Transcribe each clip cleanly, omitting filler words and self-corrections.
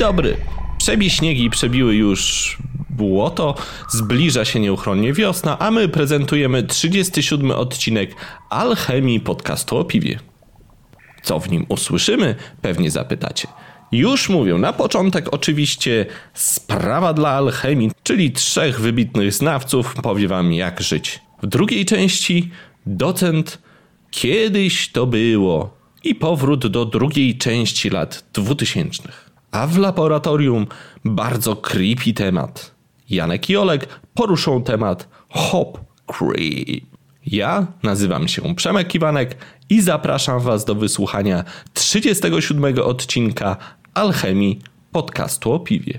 dobry. Śniegi przebiły już błoto, zbliża się nieuchronnie wiosna, a my prezentujemy 37 odcinek Alchemii podcastu o piwie. Co w nim usłyszymy? Pewnie zapytacie. Już mówię, na początek oczywiście sprawa dla alchemii, czyli 3 wybitnych znawców powie wam jak żyć. W drugiej części docent Kiedyś to było i powrót do drugiej części lat 2000. A w laboratorium bardzo creepy temat. Janek i Olek poruszą temat hop creep. Ja nazywam się Przemek Iwanek i zapraszam was do wysłuchania 37 odcinka Alchemii podcastu o piwie.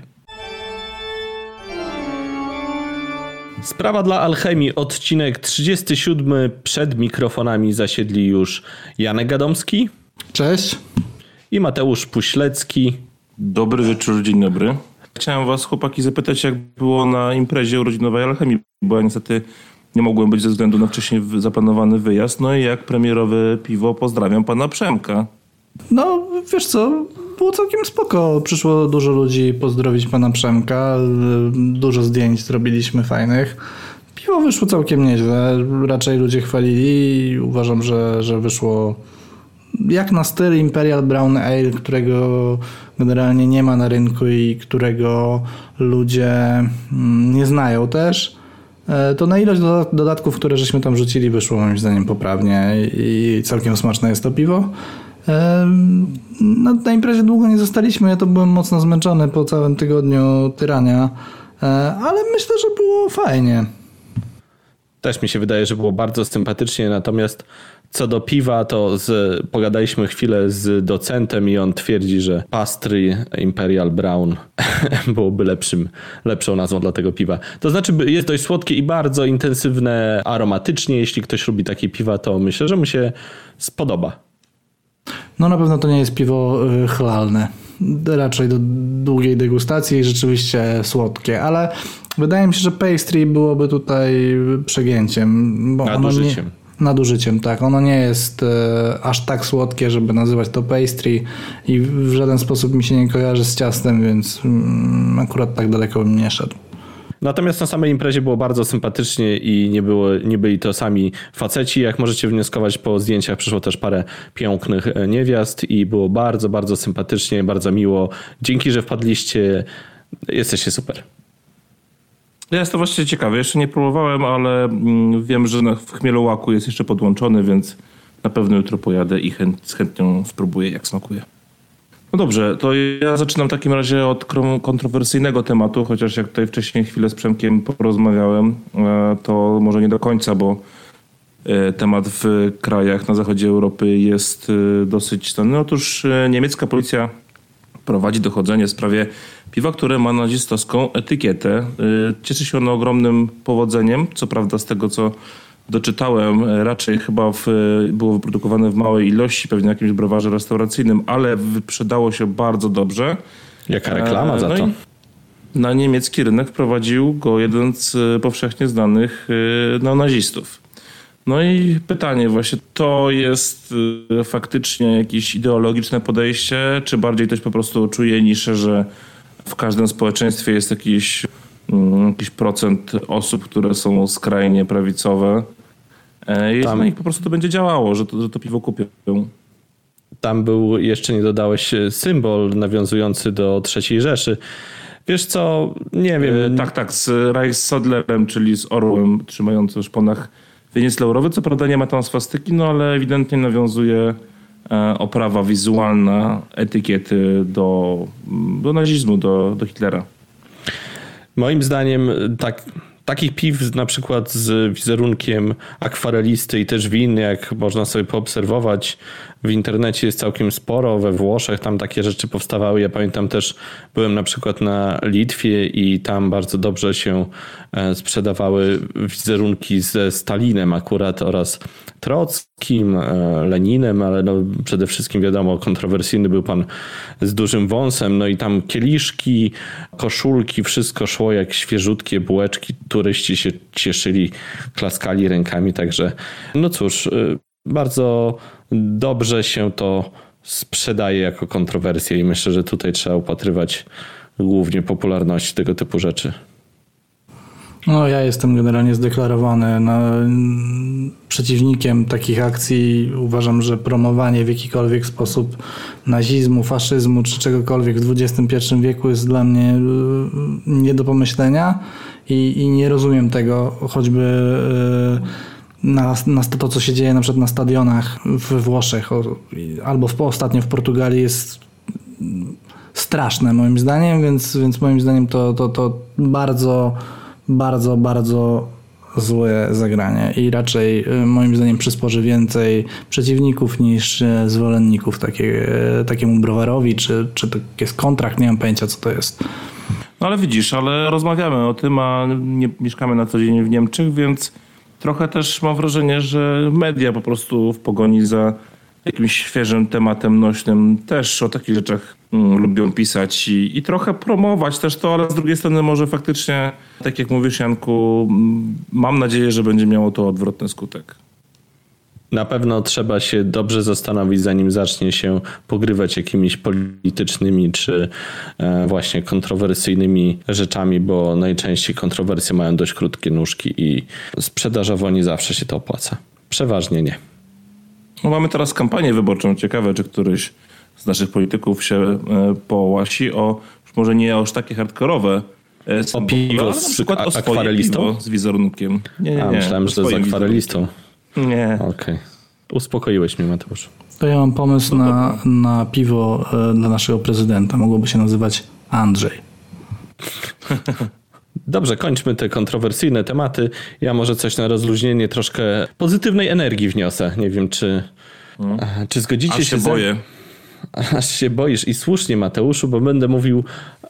Sprawa dla Alchemii, odcinek 37. Przed mikrofonami zasiedli już Janek Gadomski. Cześć. I Mateusz Puślecki. Dobry wieczór, dzień dobry. Chciałem was, chłopaki, zapytać, jak było na imprezie urodzinowej Alchemii, bo ja niestety nie mogłem być ze względu na wcześniej zaplanowany wyjazd. No i jak premierowe piwo, pozdrawiam pana Przemka. No, wiesz co, było całkiem spoko. Przyszło dużo ludzi pozdrowić pana Przemka. Dużo zdjęć zrobiliśmy fajnych. Piwo wyszło całkiem nieźle. Raczej ludzie chwalili i uważam, że wyszło jak na styl Imperial Brown Ale, którego generalnie nie ma na rynku i którego ludzie nie znają też. To na ilość dodatków, które żeśmy tam rzucili, wyszło moim zdaniem poprawnie i całkiem smaczne jest to piwo. Na imprezie długo nie zostaliśmy, ja to byłem mocno zmęczony po całym tygodniu tyrania, ale myślę, że było fajnie. Też mi się wydaje, że było bardzo sympatycznie, natomiast co do piwa, to pogadaliśmy chwilę z docentem i on twierdzi, że Pastry Imperial Brown byłoby lepszą nazwą dla tego piwa. To znaczy jest dość słodkie i bardzo intensywne aromatycznie. Jeśli ktoś lubi takie piwa, to myślę, że mu się spodoba. No na pewno to nie jest piwo chlalne. Raczej do długiej degustacji i rzeczywiście słodkie, ale wydaje mi się, że pastry byłoby tutaj przegięciem. Bo nadużyciem. Nadużyciem, tak. Ono nie jest aż tak słodkie, żeby nazywać to pastry i w żaden sposób mi się nie kojarzy z ciastem, więc akurat tak daleko bym nie szedł. Natomiast na samej imprezie było bardzo sympatycznie i nie byli to sami faceci. Jak możecie wnioskować po zdjęciach, przyszło też parę pięknych niewiast i było bardzo, bardzo sympatycznie, bardzo miło. Dzięki, że wpadliście. Jesteście super. Ja jestem właściwie ciekawy. Jeszcze nie próbowałem, ale wiem, że w Chmielołaku jest jeszcze podłączony, więc na pewno jutro pojadę i z chętnią spróbuję, jak smakuje. No dobrze, to ja zaczynam w takim razie od kontrowersyjnego tematu, chociaż jak tutaj wcześniej chwilę z Przemkiem porozmawiałem, to może nie do końca, bo temat w krajach na zachodzie Europy jest dosyć znany. Otóż niemiecka policja prowadzi dochodzenie w sprawie piwa, które ma nazistowską etykietę. Cieszy się ono ogromnym powodzeniem, co prawda z tego co doczytałem, raczej chyba było wyprodukowane w małej ilości, pewnie na jakimś browarze restauracyjnym, ale wyprzedało się bardzo dobrze. Jaka reklama za to? Na niemiecki rynek wprowadził go jeden z powszechnie znanych neonazistów. No i pytanie właśnie, to jest faktycznie jakieś ideologiczne podejście, czy bardziej ktoś po prostu czuje niszę, że w każdym społeczeństwie jest jakiś procent osób, które są skrajnie prawicowe. No i po prostu to będzie działało, że to piwo kupią. Tam był, jeszcze nie dodałeś, symbol nawiązujący do III Rzeszy. Wiesz co, nie wiem. Tak, z Reichsodlerem, czyli z orłem trzymającym w szponach wieniec laurowy. Co prawda nie ma tam swastyki, no ale ewidentnie nawiązuje oprawa wizualna etykiety do nazizmu, do Hitlera. Moim zdaniem takich piw na przykład z wizerunkiem akwarelisty i też win, jak można sobie poobserwować w internecie, jest całkiem sporo. We Włoszech tam takie rzeczy powstawały. Ja pamiętam też, byłem na przykład na Litwie i tam bardzo dobrze się sprzedawały wizerunki ze Stalinem akurat oraz Trockim, Leninem, ale no przede wszystkim wiadomo, kontrowersyjny był pan z dużym wąsem, no i tam kieliszki, koszulki, wszystko szło jak świeżutkie bułeczki. Turyści się cieszyli, klaskali rękami, także no cóż, bardzo dobrze się to sprzedaje jako kontrowersję i myślę, że tutaj trzeba upatrywać głównie popularności tego typu rzeczy. No, ja jestem generalnie zdeklarowany przeciwnikiem takich akcji. Uważam, że promowanie w jakikolwiek sposób nazizmu, faszyzmu czy czegokolwiek w XXI wieku jest dla mnie nie do pomyślenia i nie rozumiem tego, choćby na to, co się dzieje na przykład na stadionach we Włoszech albo ostatnio w Portugalii jest straszne moim zdaniem, więc moim zdaniem to bardzo, bardzo, bardzo złe zagranie i raczej moim zdaniem przysporzy więcej przeciwników niż zwolenników takiemu browarowi, czy to jest kontrakt, nie mam pojęcia co to jest. No ale widzisz, ale rozmawiamy o tym, a nie mieszkamy na co dzień w Niemczech, więc trochę też mam wrażenie, że media po prostu w pogoni za jakimś świeżym tematem nośnym też o takich rzeczach lubią pisać i trochę promować też to, ale z drugiej strony może faktycznie, tak jak mówisz Janku, mam nadzieję, że będzie miało to odwrotny skutek. Na pewno trzeba się dobrze zastanowić, zanim zacznie się pogrywać jakimiś politycznymi czy właśnie kontrowersyjnymi rzeczami, bo najczęściej kontrowersje mają dość krótkie nóżki i sprzedażowo nie zawsze się to opłaca. Przeważnie nie. No, mamy teraz kampanię wyborczą. Ciekawe, czy któryś z naszych polityków się połasi o, już może nie aż takie hardkorowe o piwo ale na przykład o swoje akwarelistą? piwo z wizerunkiem. Nie. Myślałem, że to jest akwarelistą. Nie. Okej. Uspokoiłeś mnie, Mateusz. To ja mam pomysł na piwo dla naszego prezydenta. Mogłoby się nazywać Andrzej. Dobrze, kończmy te kontrowersyjne tematy. Ja może coś na rozluźnienie, troszkę pozytywnej energii wniosę. Nie wiem, czy zgodzicie się. Boję. Aż się boisz i słusznie, Mateuszu, bo będę mówił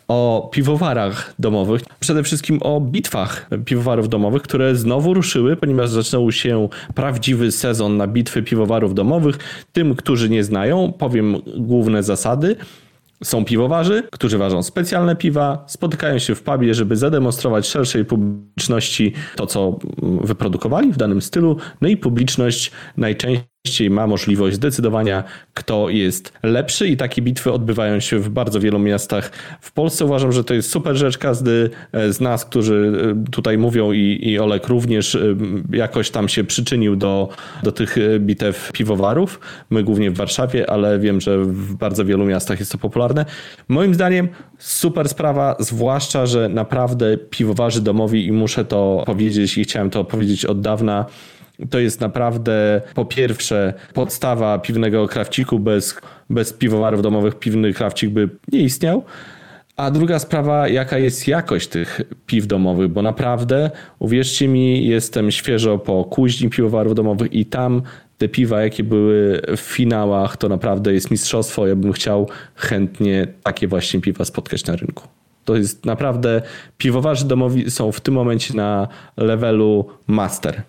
o piwowarach domowych. Przede wszystkim o bitwach piwowarów domowych, które znowu ruszyły, ponieważ zaczął się prawdziwy sezon na bitwy piwowarów domowych. Tym, którzy nie znają, powiem główne zasady. Są piwowarzy, którzy ważą specjalne piwa, spotykają się w pubie, żeby zademonstrować szerszej publiczności to, co wyprodukowali w danym stylu. No i publiczność najczęściej ma możliwość zdecydowania, kto jest lepszy i takie bitwy odbywają się w bardzo wielu miastach w Polsce. Uważam, że to jest super rzecz. Każdy z nas, którzy tutaj mówią i Olek również jakoś tam się przyczynił do tych bitew piwowarów. My głównie w Warszawie, ale wiem, że w bardzo wielu miastach jest to popularne. Moim zdaniem super sprawa, zwłaszcza, że naprawdę piwowarzy domowi i muszę to powiedzieć i chciałem to powiedzieć od dawna, to jest naprawdę po pierwsze podstawa piwnego krawciku. Bez piwowarów domowych piwny krawcik by nie istniał. A druga sprawa, jaka jest jakość tych piw domowych, bo naprawdę, uwierzcie mi, jestem świeżo po kuźni piwowarów domowych i tam te piwa, jakie były w finałach, to naprawdę jest mistrzostwo. Ja bym chciał chętnie takie właśnie piwa spotkać na rynku. To jest naprawdę, piwowarzy domowi są w tym momencie na levelu master.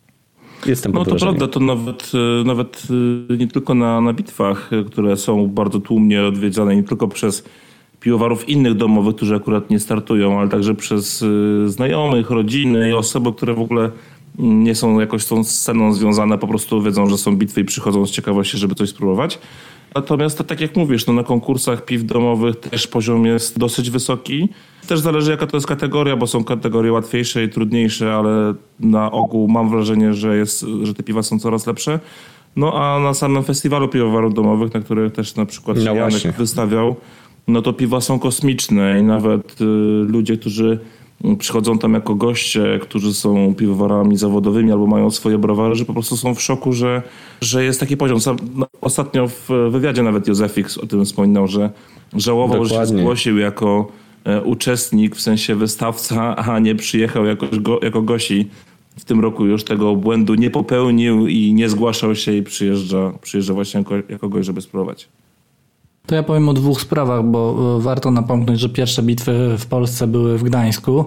Jestem pod wrażeniem. To prawda, to nawet nie tylko na bitwach, które są bardzo tłumnie odwiedzane, nie tylko przez piwowarów innych domowych, którzy akurat nie startują, ale także przez znajomych, rodziny i osoby, które w ogóle nie są jakoś z tą sceną związane, po prostu wiedzą, że są bitwy i przychodzą z ciekawości, żeby coś spróbować. Natomiast to, tak jak mówisz, na konkursach piw domowych też poziom jest dosyć wysoki. Też zależy, jaka to jest kategoria, bo są kategorie łatwiejsze i trudniejsze, ale na ogół mam wrażenie, że te piwa są coraz lepsze. No a na samym festiwalu piwowarów domowych, na których też na przykład Janek wystawiał, no to piwa są kosmiczne i nawet ludzie, którzy przychodzą tam jako goście, którzy są piwowarami zawodowymi albo mają swoje browary, że po prostu są w szoku, że jest taki poziom. Ostatnio w wywiadzie nawet Józefik o tym wspominał, że żałował, że się zgłosił jako uczestnik, w sensie wystawca, a nie przyjechał jako gości. W tym roku już tego błędu nie popełnił i nie zgłaszał się i przyjeżdża właśnie jako gość, żeby spróbować. To ja powiem o dwóch sprawach, bo warto napomknąć, że pierwsze bitwy w Polsce były w Gdańsku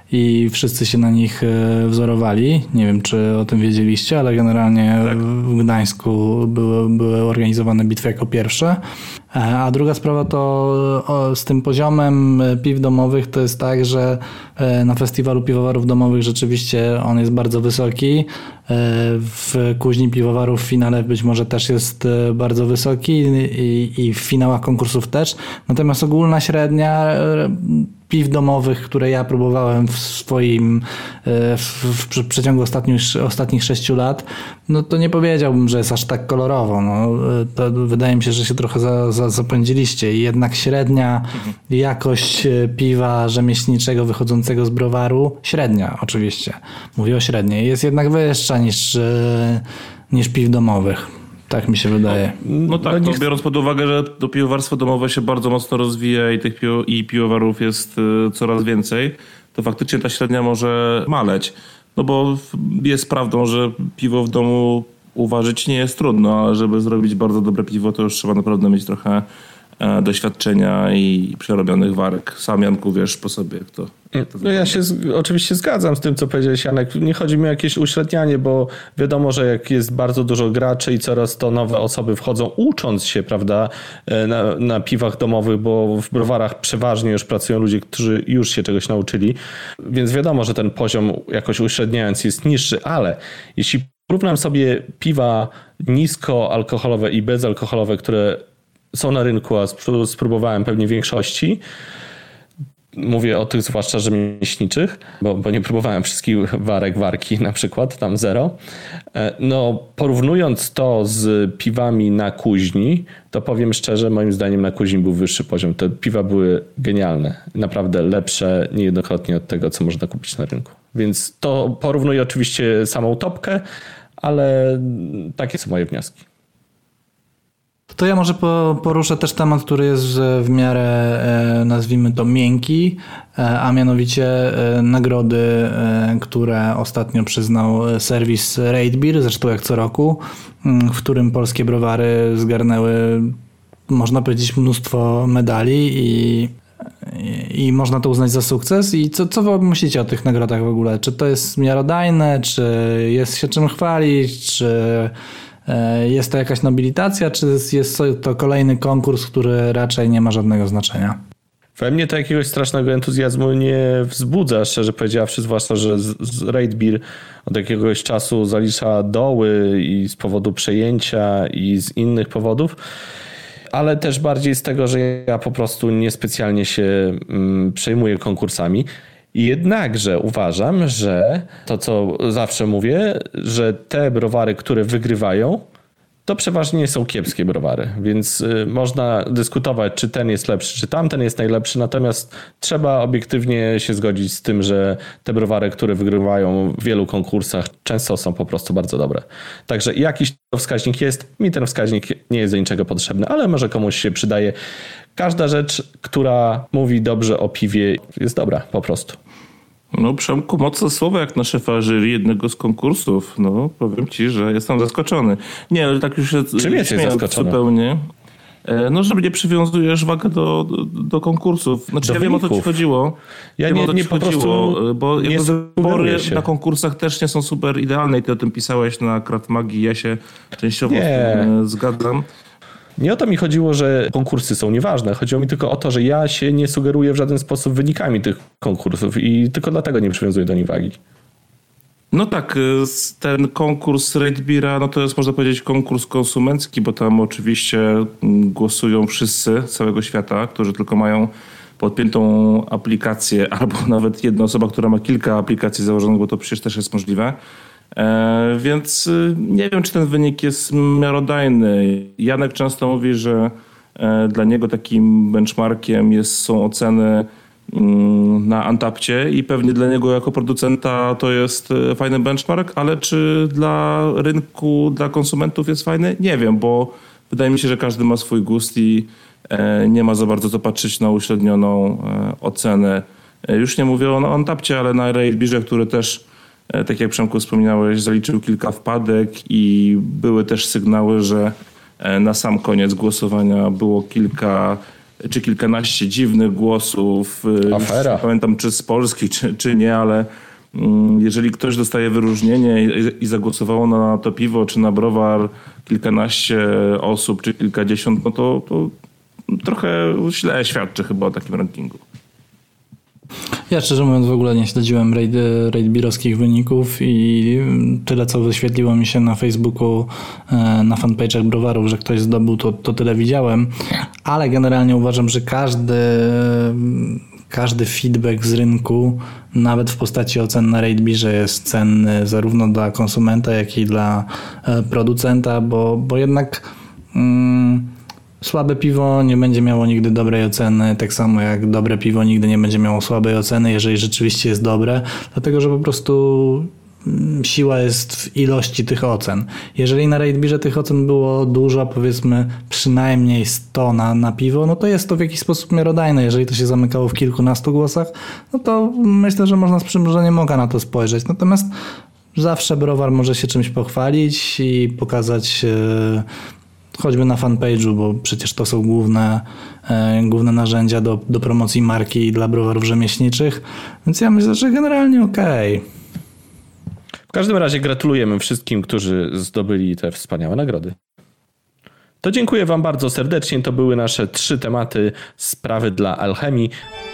i wszyscy się na nich wzorowali. Nie wiem, czy o tym wiedzieliście, ale generalnie tak. W Gdańsku były organizowane bitwy jako pierwsze. A druga sprawa to z tym poziomem piw domowych to jest tak, że na festiwalu piwowarów domowych rzeczywiście on jest bardzo wysoki. W Kuźni Piwowarów w finale być może też jest bardzo wysoki i w finałach konkursów też. Natomiast ogólna średnia piw domowych, które ja próbowałem w przeciągu ostatnich 6 lat, no to nie powiedziałbym, że jest aż tak kolorowo. No, to wydaje mi się, że się trochę zapędziliście. I jednak średnia jakość piwa rzemieślniczego wychodzącego z browaru, średnia oczywiście, mówię o średniej, jest jednak wyższa niż piw domowych. Tak mi się wydaje. No tak, no, biorąc pod uwagę, że to piwowarstwo domowe się bardzo mocno rozwija i piwowarów jest coraz więcej, to faktycznie ta średnia może maleć. No bo jest prawdą, że piwo w domu uważać nie jest trudno, ale żeby zrobić bardzo dobre piwo, to już trzeba naprawdę mieć trochę doświadczenia i przerobionych warek. Sam, Janku, wiesz po sobie, jak to no ja się oczywiście zgadzam z tym, co powiedziałeś, Janek. Nie chodzi mi o jakieś uśrednianie, bo wiadomo, że jak jest bardzo dużo graczy i coraz to nowe osoby wchodzą, ucząc się, prawda, na piwach domowych, bo w browarach przeważnie już pracują ludzie, którzy już się czegoś nauczyli, więc wiadomo, że ten poziom jakoś uśredniając jest niższy, ale jeśli porównam sobie piwa niskoalkoholowe i bezalkoholowe, które są na rynku, a spróbowałem pewnie większości. Mówię o tych zwłaszcza rzemieślniczych, bo nie próbowałem wszystkich warki na przykład, tam zero. No porównując to z piwami na kuźni, to powiem szczerze, moim zdaniem na kuźni był wyższy poziom. Te piwa były genialne, naprawdę lepsze niejednokrotnie od tego, co można kupić na rynku. Więc to porównuję oczywiście samą topkę, ale takie są moje wnioski. To ja może poruszę też temat, który jest w miarę, nazwijmy to, miękki, a mianowicie nagrody, które ostatnio przyznał serwis RateBeer, zresztą jak co roku, w którym polskie browary zgarnęły, można powiedzieć, mnóstwo medali i można to uznać za sukces. I co wy myślicie o tych nagrodach w ogóle? Czy to jest miarodajne, czy jest się czym chwalić, czy jest to jakaś nobilitacja, czy jest to kolejny konkurs, który raczej nie ma żadnego znaczenia? We mnie to jakiegoś strasznego entuzjazmu nie wzbudza, szczerze powiedziawszy, zwłaszcza, że z RateBeer od jakiegoś czasu zalicza doły i z powodu przejęcia i z innych powodów, ale też bardziej z tego, że ja po prostu niespecjalnie się przejmuję konkursami. Jednakże uważam, że to, co zawsze mówię, że te browary, które wygrywają, to przeważnie są kiepskie browary, więc można dyskutować, czy ten jest lepszy, czy tamten jest najlepszy, natomiast trzeba obiektywnie się zgodzić z tym, że te browary, które wygrywają w wielu konkursach, często są po prostu bardzo dobre. Także jakiś wskaźnik jest, mi ten wskaźnik nie jest do niczego potrzebny, ale może komuś się przydaje. Każda rzecz, która mówi dobrze o piwie, jest dobra po prostu. No Przemku, mocne słowo jak na szefa jury jednego z konkursów. No powiem ci, że jestem zaskoczony. Nie, ale tak już się czym jesteś zaskoczony? Zupełnie. No, że nie przywiązujesz wagę do konkursów. Znaczy, ja wiem, o co ci chodziło. Ja nie po prostu bo wybory na konkursach też nie są super idealne i ty o tym pisałeś na Craft Magii. Ja się częściowo z tym zgadzam. Nie o to mi chodziło, że konkursy są nieważne. Chodziło mi tylko o to, że ja się nie sugeruję w żaden sposób wynikami tych konkursów i tylko dlatego nie przywiązuję do nich wagi. No tak, ten konkurs RateBeera, no to jest, można powiedzieć, konkurs konsumencki, bo tam oczywiście głosują wszyscy z całego świata, którzy tylko mają podpiętą aplikację, albo nawet jedna osoba, która ma kilka aplikacji założonych, bo to przecież też jest możliwe. Więc nie wiem, czy ten wynik jest miarodajny. Janek często mówi, że dla niego takim benchmarkiem są oceny na Untappdzie i pewnie dla niego jako producenta to jest fajny benchmark, ale czy dla rynku, dla konsumentów jest fajny? Nie wiem, bo wydaje mi się, że każdy ma swój gust i nie ma za bardzo co patrzeć na uśrednioną ocenę. Już nie mówię o Untappdzie, ale na RateBeerze, który też, tak jak Przemku wspominałeś, zaliczył kilka wpadek i były też sygnały, że na sam koniec głosowania było kilka czy kilkanaście dziwnych głosów. Afera. Nie pamiętam, czy z Polski, czy nie, ale jeżeli ktoś dostaje wyróżnienie i zagłosowało na to piwo, czy na browar kilkanaście osób, czy kilkadziesiąt, no to trochę źle świadczy chyba o takim rankingu. Ja szczerze mówiąc w ogóle nie śledziłem raid birowskich wyników i tyle co wyświetliło mi się na Facebooku, na fanpage'ach browarów, że ktoś zdobył, to tyle widziałem, ale generalnie uważam, że każdy feedback z rynku, nawet w postaci ocen na RateBirze, jest cenny zarówno dla konsumenta, jak i dla producenta, bo jednak słabe piwo nie będzie miało nigdy dobrej oceny, tak samo jak dobre piwo nigdy nie będzie miało słabej oceny, jeżeli rzeczywiście jest dobre, dlatego że po prostu siła jest w ilości tych ocen. Jeżeli na RateBirze tych ocen było dużo, powiedzmy przynajmniej 100 na piwo, no to jest to w jakiś sposób miarodajne. Jeżeli to się zamykało w kilkunastu głosach, no to myślę, że można z przymrużeniem oka na to spojrzeć. Natomiast zawsze browar może się czymś pochwalić i pokazać choćby na fanpage'u, bo przecież to są główne narzędzia do promocji marki dla browarów rzemieślniczych, więc ja myślę, że generalnie okej. W każdym razie gratulujemy wszystkim, którzy zdobyli te wspaniałe nagrody. To dziękuję wam bardzo serdecznie. To były nasze 3 tematy, sprawy dla Alchemii.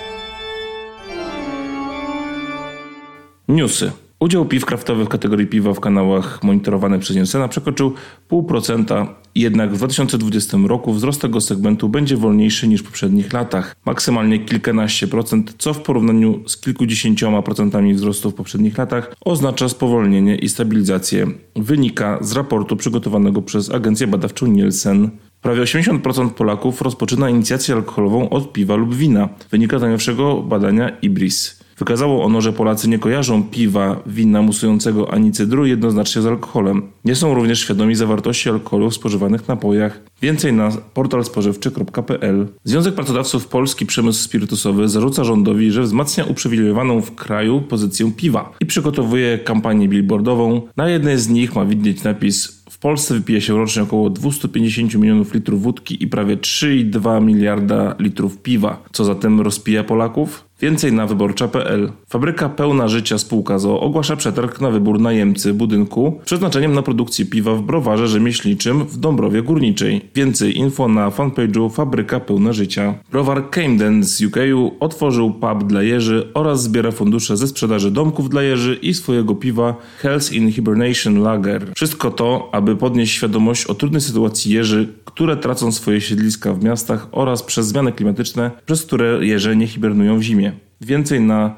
Newsy. Udział piw kraftowych w kategorii piwa w kanałach monitorowanych przez Nielsena przekroczył 0,5%, jednak w 2020 roku wzrost tego segmentu będzie wolniejszy niż w poprzednich latach. Maksymalnie kilkanaście procent, co w porównaniu z kilkudziesięcioma procentami wzrostu w poprzednich latach oznacza spowolnienie i stabilizację. Wynika z raportu przygotowanego przez agencję badawczą Nielsen. Prawie 80% Polaków rozpoczyna inicjację alkoholową od piwa lub wina. Wynika z najnowszego badania IBRIS. Wykazało ono, że Polacy nie kojarzą piwa, wina musującego ani cydru jednoznacznie z alkoholem. Nie są również świadomi zawartości alkoholu w spożywanych napojach. Więcej na portalspożywczy.pl. Związek Pracodawców Polski Przemysł Spirytusowy zarzuca rządowi, że wzmacnia uprzywilejowaną w kraju pozycję piwa i przygotowuje kampanię billboardową. Na jednej z nich ma widnieć napis: w Polsce wypija się rocznie około 250 milionów litrów wódki i prawie 3,2 miliarda litrów piwa. Co zatem rozpija Polaków? Więcej na wyborcza.pl. Fabryka Pełna Życia spółka z.o.o. ogłasza przetarg na wybór najemcy budynku z przeznaczeniem na produkcję piwa w browarze rzemieślniczym w Dąbrowie Górniczej. Więcej info na fanpage'u Fabryka Pełna Życia. Browar Camden z UK otworzył pub dla jeży oraz zbiera fundusze ze sprzedaży domków dla jeży i swojego piwa Hell's in Hibernation Lager. Wszystko to, aby podnieść świadomość o trudnej sytuacji jeży, które tracą swoje siedliska w miastach, oraz przez zmiany klimatyczne, przez które jeże nie hibernują w zimie. Więcej na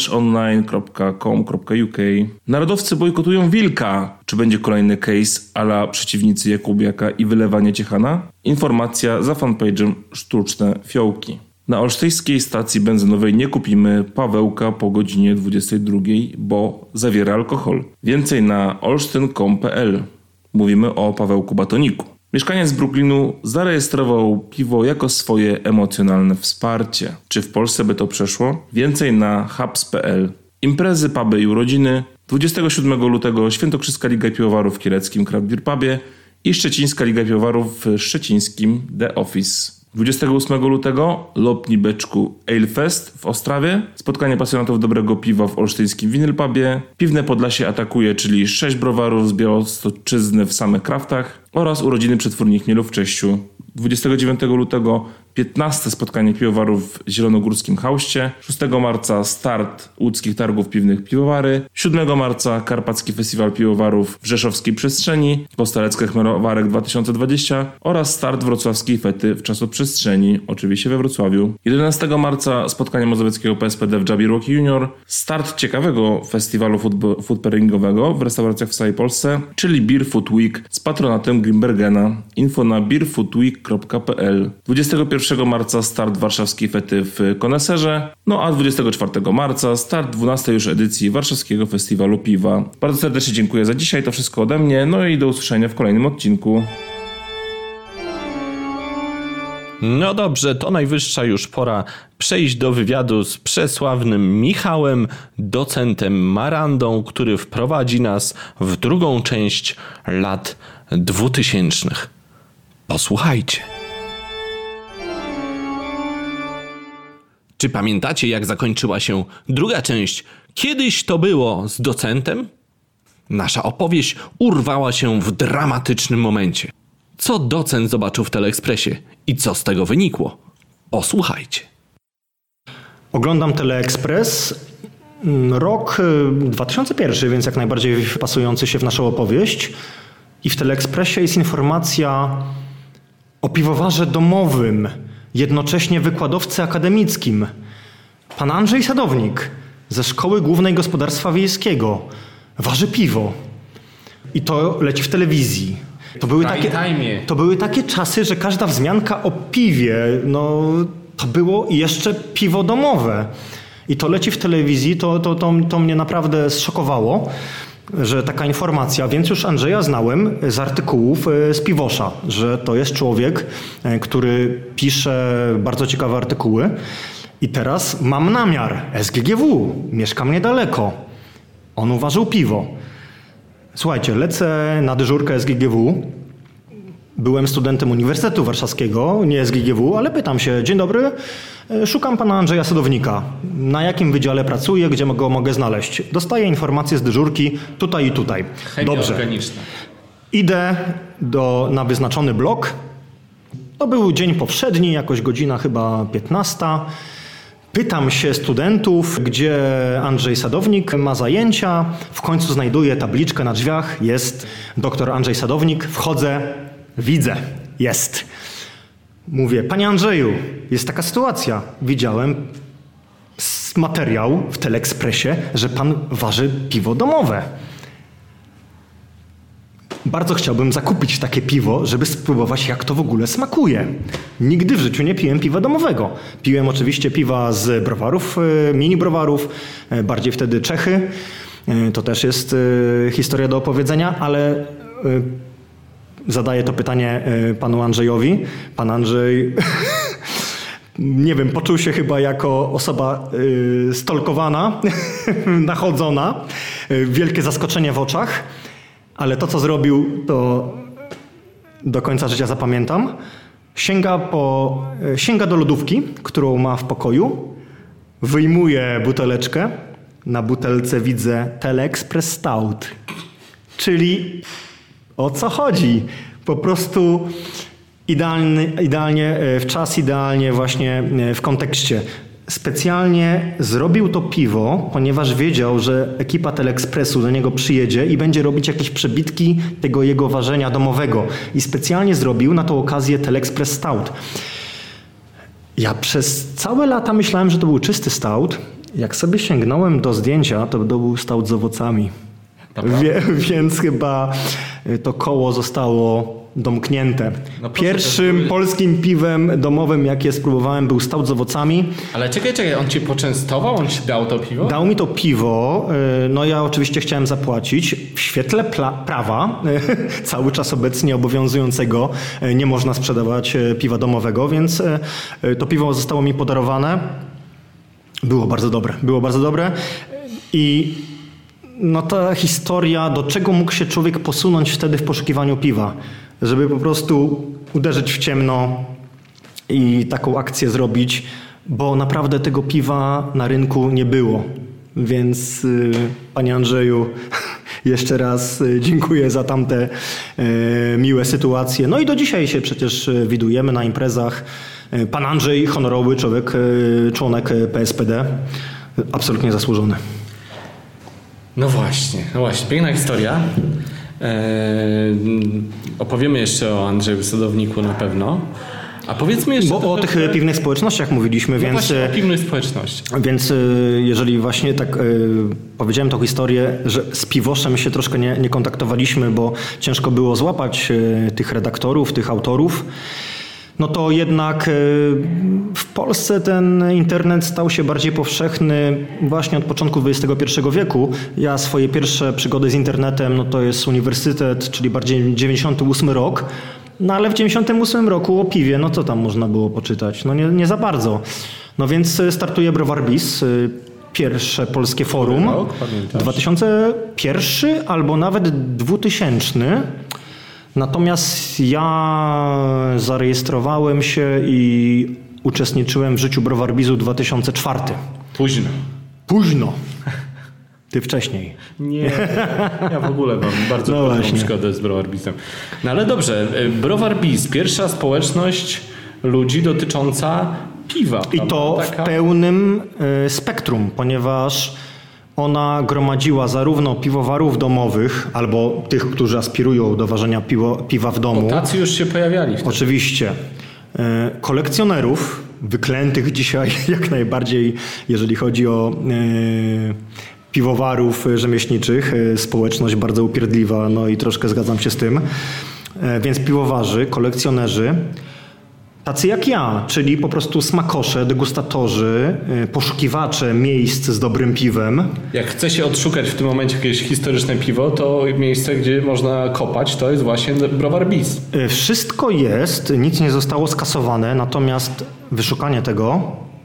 welshonline.com.uk. Narodowcy bojkotują Wilka. Czy będzie kolejny case a la przeciwnicy Jakubiaka i wylewanie Ciechana? Informacja za fanpage'em Sztuczne Fiołki. Na olsztyńskiej stacji benzynowej nie kupimy Pawełka po godzinie 22, bo zawiera alkohol. Więcej na olsztyn.com.pl. Mówimy o Pawełku Batoniku. Mieszkaniec z Brooklynu zarejestrował piwo jako swoje emocjonalne wsparcie. Czy w Polsce by to przeszło? Więcej na hubs.pl. Imprezy, puby i urodziny. 27 lutego Świętokrzyska Liga Piwowarów w kieleckim Craft Beer Pubie i Szczecińska Liga Piwowarów w szczecińskim The Office. 28 lutego Lopni Beczku Ale Fest w Ostrawie, spotkanie pasjonatów dobrego piwa w olsztyńskim Winyl Pubie, Piwne Podlasie atakuje, czyli 6 browarów z Białostoczyzny w samych kraftach oraz urodziny Przetwórni Chmielu w Cześciu. 29 lutego 15 spotkanie piwowarów w Zielonogórskim Chałście, 6 marca start łódzkich targów piwnych Piwowary, 7 marca Karpacki Festiwal Piwowarów w Rzeszowskiej Przestrzeni, Postalecka Chmerowarek 2020 oraz start wrocławskiej fety w Czasoprzestrzeni, oczywiście we Wrocławiu. 11 marca spotkanie mazowieckiego PSPD w Jabir Walk Junior, start ciekawego festiwalu food pairingowego w restauracjach w całej Polsce, czyli Beer Food Week z patronatem Grimbergena. Info na beerfoodweek.pl. 21 marca start warszawskiej fety w Koneserze, no a 24 marca start 12 już edycji Warszawskiego Festiwalu Piwa. Bardzo serdecznie dziękuję za dzisiaj, to wszystko ode mnie, no i do usłyszenia w kolejnym odcinku. No dobrze, to najwyższa już pora przejść do wywiadu z przesławnym Michałem, docentem Marandą, który wprowadzi nas w drugą część lat 2000. Posłuchajcie. Czy pamiętacie, jak zakończyła się druga część Kiedyś to było z docentem? Nasza opowieść urwała się w dramatycznym momencie. Co docent zobaczył w Teleekspresie i co z tego wynikło? Osłuchajcie. Oglądam Teleekspres. Rok 2001, więc jak najbardziej wpasujący się w naszą opowieść. I w Teleekspresie jest informacja o piwowarze domowym, jednocześnie wykładowcy akademickim. Pan Andrzej Sadownik ze Szkoły Głównej Gospodarstwa Wiejskiego waży piwo. I to leci w telewizji. To były takie czasy, że każda wzmianka o piwie, to było jeszcze piwo domowe. I to leci w telewizji, to mnie naprawdę zszokowało, że taka informacja, więc już Andrzeja znałem z artykułów z Piwosza, że to jest człowiek, który pisze bardzo ciekawe artykuły. I teraz mam namiar, SGGW, mieszkam niedaleko. On uważał piwo. Słuchajcie, lecę na dyżurkę SGGW. Byłem studentem Uniwersytetu Warszawskiego, nie SGGW, ale pytam się, dzień dobry, szukam pana Andrzeja Sadownika. Na jakim wydziale pracuje, gdzie go mogę znaleźć? Dostaję informację z dyżurki tutaj i tutaj. Chemia Dobrze. organiczna. Idę na wyznaczony blok. To był dzień powszedni, jakoś godzina chyba 15. Pytam się studentów, gdzie Andrzej Sadownik ma zajęcia. W końcu znajduję tabliczkę na drzwiach. Jest dr Andrzej Sadownik. Wchodzę, widzę. Jest. Mówię, panie Andrzeju, jest taka sytuacja. Widziałem materiał w Teleekspresie, że pan waży piwo domowe. Bardzo chciałbym zakupić takie piwo, żeby spróbować, jak to w ogóle smakuje. Nigdy w życiu nie piłem piwa domowego. Piłem oczywiście piwa z browarów, mini browarów, bardziej wtedy Czechy. To też jest historia do opowiedzenia, ale zadaję to pytanie panu Andrzejowi. Pan Andrzej, nie wiem, poczuł się chyba jako osoba stolkowana, nachodzona. Wielkie zaskoczenie w oczach. Ale to, co zrobił, to do końca życia zapamiętam. Sięga do lodówki, którą ma w pokoju, wyjmuje buteleczkę. Na butelce widzę Teleexpress Stout. Czyli o co chodzi? Po prostu idealnie w czas, idealnie właśnie w kontekście. Specjalnie zrobił to piwo, ponieważ wiedział, że ekipa Teleekspresu do niego przyjedzie i będzie robić jakieś przebitki tego jego ważenia domowego. I specjalnie zrobił na tą okazję Teleexpress Stout. Ja przez całe lata myślałem, że to był czysty stout. Jak sobie sięgnąłem do zdjęcia, to był stout z owocami. Więc chyba to koło zostało domknięte. Pierwszym polskim piwem domowym, jakie spróbowałem, był stout z owocami. Ale czekaj, on cię poczęstował? On ci dał to piwo? Dał mi to piwo. No ja oczywiście chciałem zapłacić. W świetle prawa, cały czas obecnie obowiązującego, nie można sprzedawać piwa domowego, więc to piwo zostało mi podarowane. Było bardzo dobre. I no ta historia, do czego mógł się człowiek posunąć wtedy w poszukiwaniu piwa, żeby po prostu uderzyć w ciemno i taką akcję zrobić, bo naprawdę tego piwa na rynku nie było. Więc panie Andrzeju, jeszcze raz dziękuję za tamte miłe sytuacje. No i do dzisiaj się przecież widujemy na imprezach. Pan Andrzej, honorowy członek PSPD, absolutnie zasłużony. No właśnie, piękna historia. Opowiemy jeszcze o Andrzeju Sadowniku na pewno. A powiedzmy jeszcze... Bo o tych piwnych społecznościach mówiliśmy, więc... Właśnie o piwnych społecznościach. Więc jeżeli właśnie tak powiedziałem tą historię, że z Piwoszem się troszkę nie kontaktowaliśmy, bo ciężko było złapać tych redaktorów, tych autorów, no to jednak w Polsce ten internet stał się bardziej powszechny właśnie od początku XXI wieku. Ja swoje pierwsze przygody z internetem, no to jest uniwersytet, czyli bardziej 98 rok. No ale w 98 roku o piwie, no co tam można było poczytać? No nie za bardzo. No więc startuje Browar Biz, pierwsze polskie forum. 2001 albo nawet 2000. Natomiast ja zarejestrowałem się i uczestniczyłem w życiu Browar Bizu 2004. Późno. Ty wcześniej. Nie, ja w ogóle mam bardzo późną przygodę z Browar Bizem. No ale dobrze, Browar Biz, pierwsza społeczność ludzi dotycząca piwa. I to w pełnym spektrum, ponieważ ona gromadziła zarówno piwowarów domowych, albo tych, którzy aspirują do ważenia piwa w domu. Tacy już się pojawiali wtedy. Oczywiście. Kolekcjonerów, wyklętych dzisiaj jak najbardziej, jeżeli chodzi o piwowarów rzemieślniczych. Społeczność bardzo upierdliwa, no i troszkę zgadzam się z tym. Więc piwowarzy, kolekcjonerzy, tacy jak ja, czyli po prostu smakosze, degustatorzy, poszukiwacze miejsc z dobrym piwem. Jak chce się odszukać w tym momencie jakieś historyczne piwo, to miejsce, gdzie można kopać, to jest właśnie Browar Bis. Wszystko jest, nic nie zostało skasowane, natomiast wyszukanie tego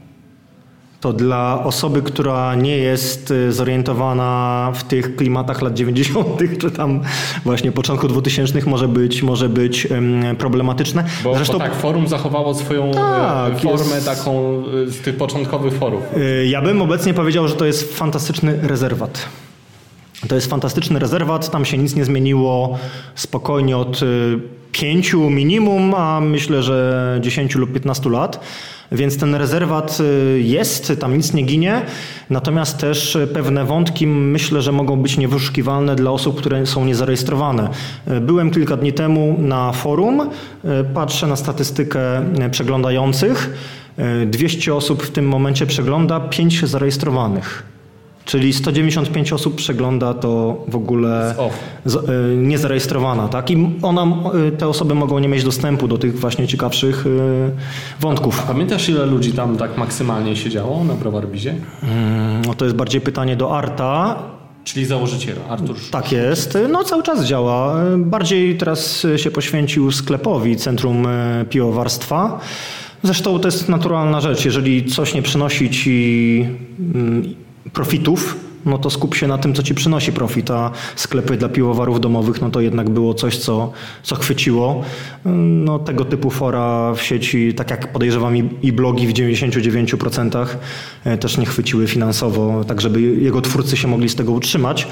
to dla osoby, która nie jest zorientowana w tych klimatach lat 90., czy tam właśnie początku 2000 może być problematyczne. Zresztą tak, forum zachowało swoją formę taką z tych początkowych forów. Ja bym obecnie powiedział, że to jest fantastyczny rezerwat. To jest fantastyczny rezerwat, tam się nic nie zmieniło spokojnie od 5 minimum, a myślę, że 10 lub 15 lat. Więc ten rezerwat jest, tam nic nie ginie, natomiast też pewne wątki myślę, że mogą być niewyszukiwalne dla osób, które są niezarejestrowane. Byłem kilka dni temu na forum, patrzę na statystykę przeglądających. 200 osób w tym momencie przegląda, 5 zarejestrowanych. Czyli 195 osób przegląda to w ogóle niezarejestrowana, tak? I te osoby mogą nie mieć dostępu do tych właśnie ciekawszych wątków. A pamiętasz, ile ludzi tam tak maksymalnie siedziało na Browar Bizie? No to jest bardziej pytanie do Arta. Czyli założyciela, Artur. Tak jest. No cały czas działa. Bardziej teraz się poświęcił sklepowi Centrum Piwowarstwa. Zresztą to jest naturalna rzecz. Jeżeli coś nie przynosi ci profitów, no to skup się na tym, co ci przynosi profit, a sklepy dla piwowarów domowych, no to jednak było coś, co chwyciło. No tego typu fora w sieci, tak jak podejrzewam i blogi w 99% też nie chwyciły finansowo, tak żeby jego twórcy się mogli z tego utrzymać.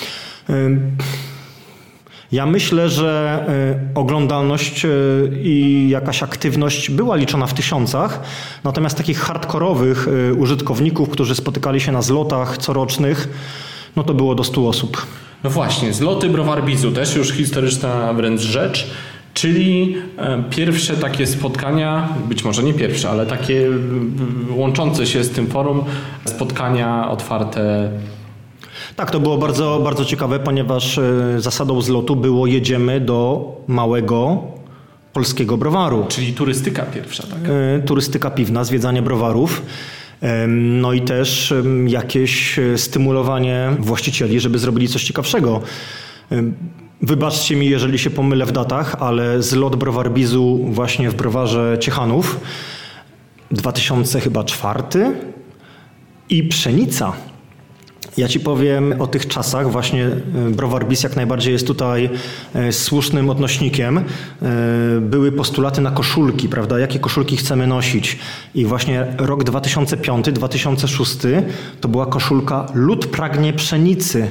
Ja myślę, że oglądalność i jakaś aktywność była liczona w tysiącach, natomiast takich hardkorowych użytkowników, którzy spotykali się na zlotach corocznych, no to było do 100 osób. No właśnie, zloty Browar Bizu, też już historyczna wręcz rzecz, czyli pierwsze takie spotkania, być może nie pierwsze, ale takie łączące się z tym forum, spotkania otwarte. Tak, to było bardzo, bardzo ciekawe, ponieważ zasadą zlotu było jedziemy do małego polskiego browaru. Czyli turystyka pierwsza, tak? Turystyka piwna, zwiedzanie browarów. No i też jakieś stymulowanie właścicieli, żeby zrobili coś ciekawszego. Wybaczcie mi, jeżeli się pomylę w datach, ale zlot Browar Bizu właśnie w browarze Ciechanów 2004 i Pszenica. Ja ci powiem o tych czasach, właśnie Browar Bis jak najbardziej jest tutaj słusznym odnośnikiem. Były postulaty na koszulki, prawda? Jakie koszulki chcemy nosić? I właśnie rok 2005-2006 to była koszulka Lud pragnie pszenicy.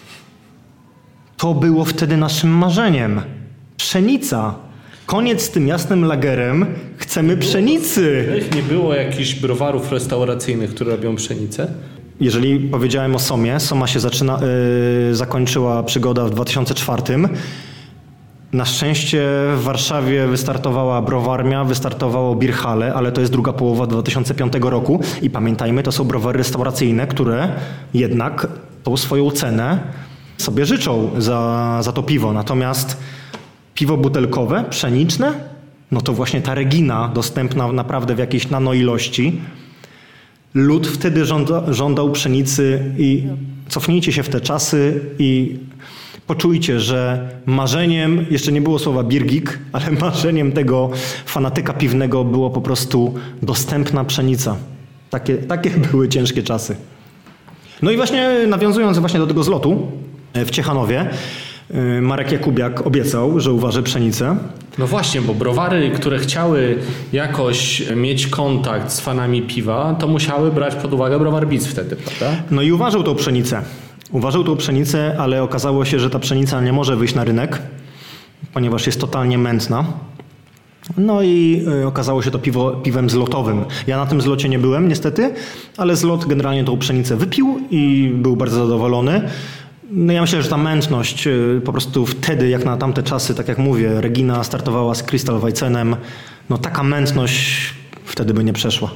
To było wtedy naszym marzeniem. Pszenica. Koniec z tym jasnym lagerem. Chcemy pszenicy. Nie było jakichś browarów restauracyjnych, które robią pszenicę? Jeżeli powiedziałem o Somie, Soma się zakończyła przygoda w 2004. Na szczęście w Warszawie wystartowała Browarmia, wystartowało Bierhale, ale to jest druga połowa 2005 roku i pamiętajmy, to są browary restauracyjne, które jednak tą swoją cenę sobie życzą za to piwo. Natomiast piwo butelkowe, pszeniczne, no to właśnie ta Regina dostępna naprawdę w jakiejś nanoilości. Lud wtedy żądał pszenicy i cofnijcie się w te czasy i poczujcie, że marzeniem, jeszcze nie było słowa birgik, ale marzeniem tego fanatyka piwnego było po prostu dostępna pszenica. Takie były ciężkie czasy. No i właśnie nawiązując właśnie do tego zlotu w Ciechanowie, Marek Jakubiak obiecał, że uważy pszenicę. No właśnie, bo browary, które chciały jakoś mieć kontakt z fanami piwa, to musiały brać pod uwagę Browar Bis wtedy, prawda? No i uważył tą pszenicę. Uważył tą pszenicę, ale okazało się, że ta pszenica nie może wyjść na rynek, ponieważ jest totalnie mętna. No i okazało się to piwem zlotowym. Ja na tym zlocie nie byłem niestety, ale zlot generalnie tą pszenicę wypił i był bardzo zadowolony. No ja myślę, że ta mętność po prostu wtedy, jak na tamte czasy, tak jak mówię, Regina startowała z Crystal Weizenem, no taka mętność wtedy by nie przeszła.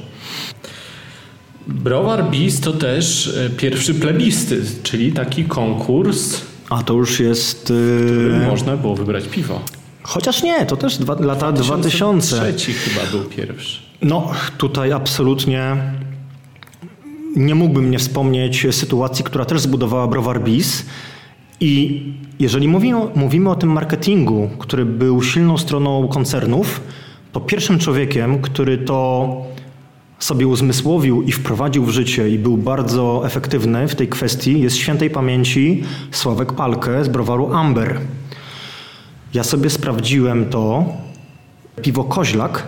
Browar Bis to też pierwszy plebiscyt, czyli taki konkurs, A to już jest... w którym można było wybrać piwo. Chociaż nie, to też lata 2000. 2003 chyba był pierwszy. No tutaj absolutnie nie mógłbym nie wspomnieć sytuacji, która też zbudowała Browar Bis. I jeżeli mówimy o tym marketingu, który był silną stroną koncernów, to pierwszym człowiekiem, który to sobie uzmysłowił i wprowadził w życie i był bardzo efektywny w tej kwestii, jest świętej pamięci Sławek Palke z browaru Amber. Ja sobie sprawdziłem to. Piwo Koźlak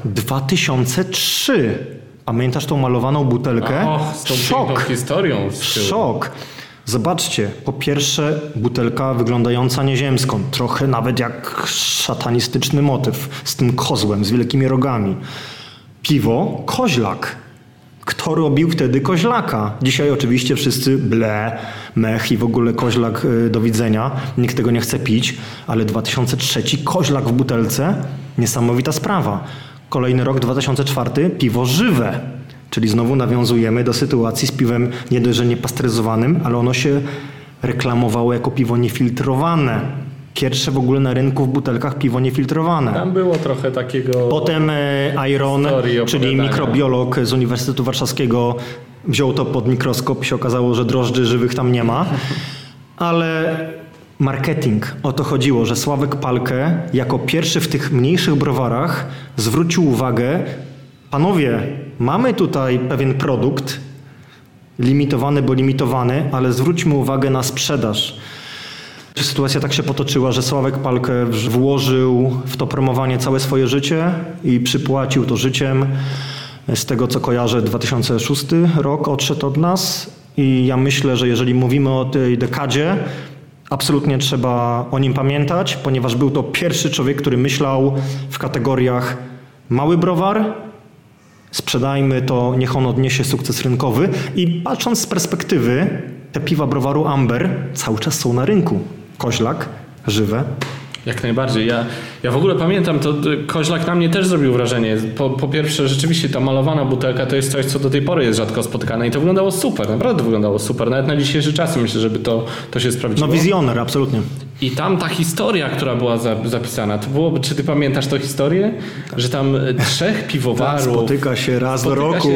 2003. Pamiętasz tą malowaną butelkę? O, z tą piękną historią z tyłu. Szok. Zobaczcie, po pierwsze butelka wyglądająca nieziemską, trochę nawet jak szatanistyczny motyw, z tym kozłem, z wielkimi rogami. Piwo Koźlak. Kto robił wtedy Koźlaka? Dzisiaj oczywiście wszyscy mech i w ogóle Koźlak do widzenia. Nikt tego nie chce pić, ale 2003 Koźlak w butelce, niesamowita sprawa. Kolejny rok 2004 piwo żywe. Czyli znowu nawiązujemy do sytuacji z piwem nie dość, że niepasteryzowanym, ale ono się reklamowało jako piwo niefiltrowane. Pierwsze w ogóle na rynku w butelkach piwo niefiltrowane. Tam było trochę takiego... Potem Iron, czyli mikrobiolog z Uniwersytetu Warszawskiego, wziął to pod mikroskop i się okazało, że drożdży żywych tam nie ma. Ale marketing, o to chodziło, że Sławek Palke jako pierwszy w tych mniejszych browarach zwrócił uwagę: panowie, mamy tutaj pewien produkt, limitowany, bo limitowany, ale zwróćmy uwagę na sprzedaż. Sytuacja tak się potoczyła, że Sławek Palke włożył w to promowanie całe swoje życie i przypłacił to życiem. Z tego co kojarzę, 2006 rok odszedł od nas i ja myślę, że jeżeli mówimy o tej dekadzie, absolutnie trzeba o nim pamiętać, ponieważ był to pierwszy człowiek, który myślał w kategoriach mały browar, sprzedajmy to, niech on odniesie sukces rynkowy. I patrząc z perspektywy, te piwa browaru Amber cały czas są na rynku. Koźlak, żywe. Jak najbardziej. Ja w ogóle pamiętam, to Koźlak na mnie też zrobił wrażenie. Po pierwsze, rzeczywiście ta malowana butelka to jest coś, co do tej pory jest rzadko spotykane i to wyglądało super, naprawdę wyglądało super. Nawet na dzisiejszy czas myślę, żeby to się sprawdziło. No wizjoner, absolutnie. I tam ta historia, która była zapisana, to było, czy ty pamiętasz tę historię? Że tam 3 piwowarów spotyka się raz do roku,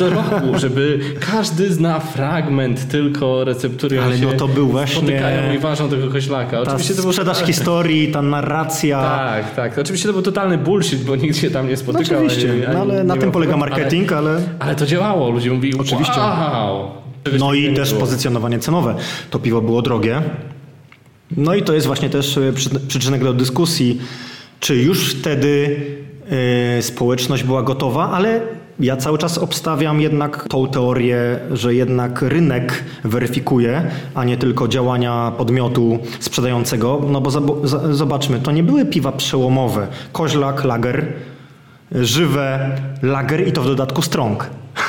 żeby każdy zna fragment tylko receptury. Ale no to był właśnie... spotykają i ważą tego Koźlaka. Oczywiście to sprzedaż historii, ta narracja. Tak. Oczywiście to był totalny bullshit, bo nikt się tam nie spotykał. No oczywiście, ale na tym polega marketing, ale to działało. Ludzie mówili, oczywiście. Wow. No i też pozycjonowanie cenowe. To piwo było drogie. No i to jest właśnie też przyczynek do dyskusji, czy już wtedy społeczność była gotowa, ale ja cały czas obstawiam jednak tą teorię, że jednak rynek weryfikuje, a nie tylko działania podmiotu sprzedającego. No bo zobaczmy, to nie były piwa przełomowe. Koźlak, lager, żywe, lager i to w dodatku strong.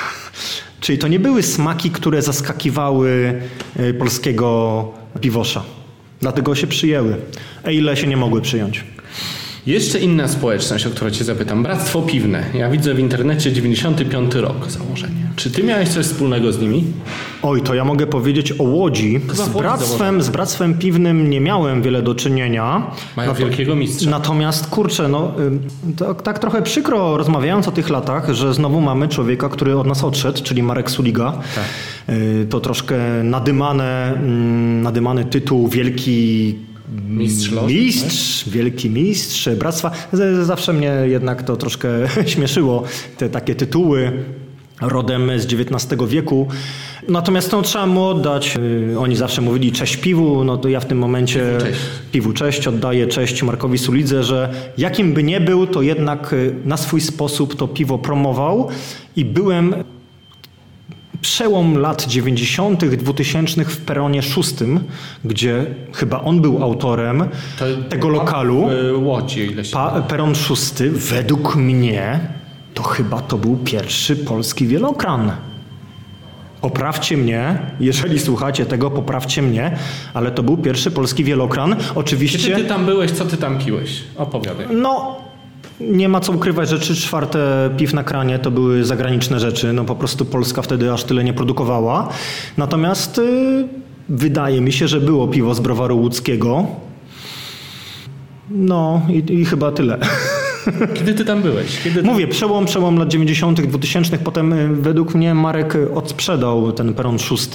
Czyli to nie były smaki, które zaskakiwały polskiego piwosza. Dlatego się przyjęły. A ile się nie mogły przyjąć. Jeszcze inna społeczność, o którą cię zapytam. Bractwo Piwne. Ja widzę w internecie 95 rok założenie. Czy ty miałeś coś wspólnego z nimi? Oj, to ja mogę powiedzieć o Łodzi. Z Bractwem Piwnym nie miałem wiele do czynienia. Mają wielkiego mistrza. Natomiast, kurczę, tak trochę przykro rozmawiając o tych latach, że znowu mamy człowieka, który od nas odszedł, czyli Marek Suliga. Tak. To troszkę nadymany tytuł, wielki wielki mistrz bractwa. Zawsze mnie jednak to troszkę śmieszyło, te takie tytuły rodem z XIX wieku. Natomiast trzeba mu oddać. Oni zawsze mówili cześć piwu, no to ja w tym momencie piwu cześć, oddaję cześć Markowi Sulidze, że jakim by nie był, to jednak na swój sposób to piwo promował i byłem przełom lat 90., 2000 w peronie 6, gdzie chyba on był autorem tego lokalu. W Łodzi, ile się Peron 6, według mnie, to chyba to był pierwszy polski wielokran. Poprawcie mnie, jeżeli słuchacie tego, poprawcie mnie, ale to był pierwszy polski wielokran. Oczywiście... Kiedy ty tam byłeś, co ty tam piłeś? Opowiadaj. No, nie ma co ukrywać, że 3/4 piw na kranie to były zagraniczne rzeczy. No po prostu Polska wtedy aż tyle nie produkowała. Natomiast wydaje mi się, że było piwo z browaru łódzkiego. No i chyba tyle. Kiedy ty tam byłeś? Mówię, przełom lat 90., 2000. Potem według mnie Marek odsprzedał ten peron 6.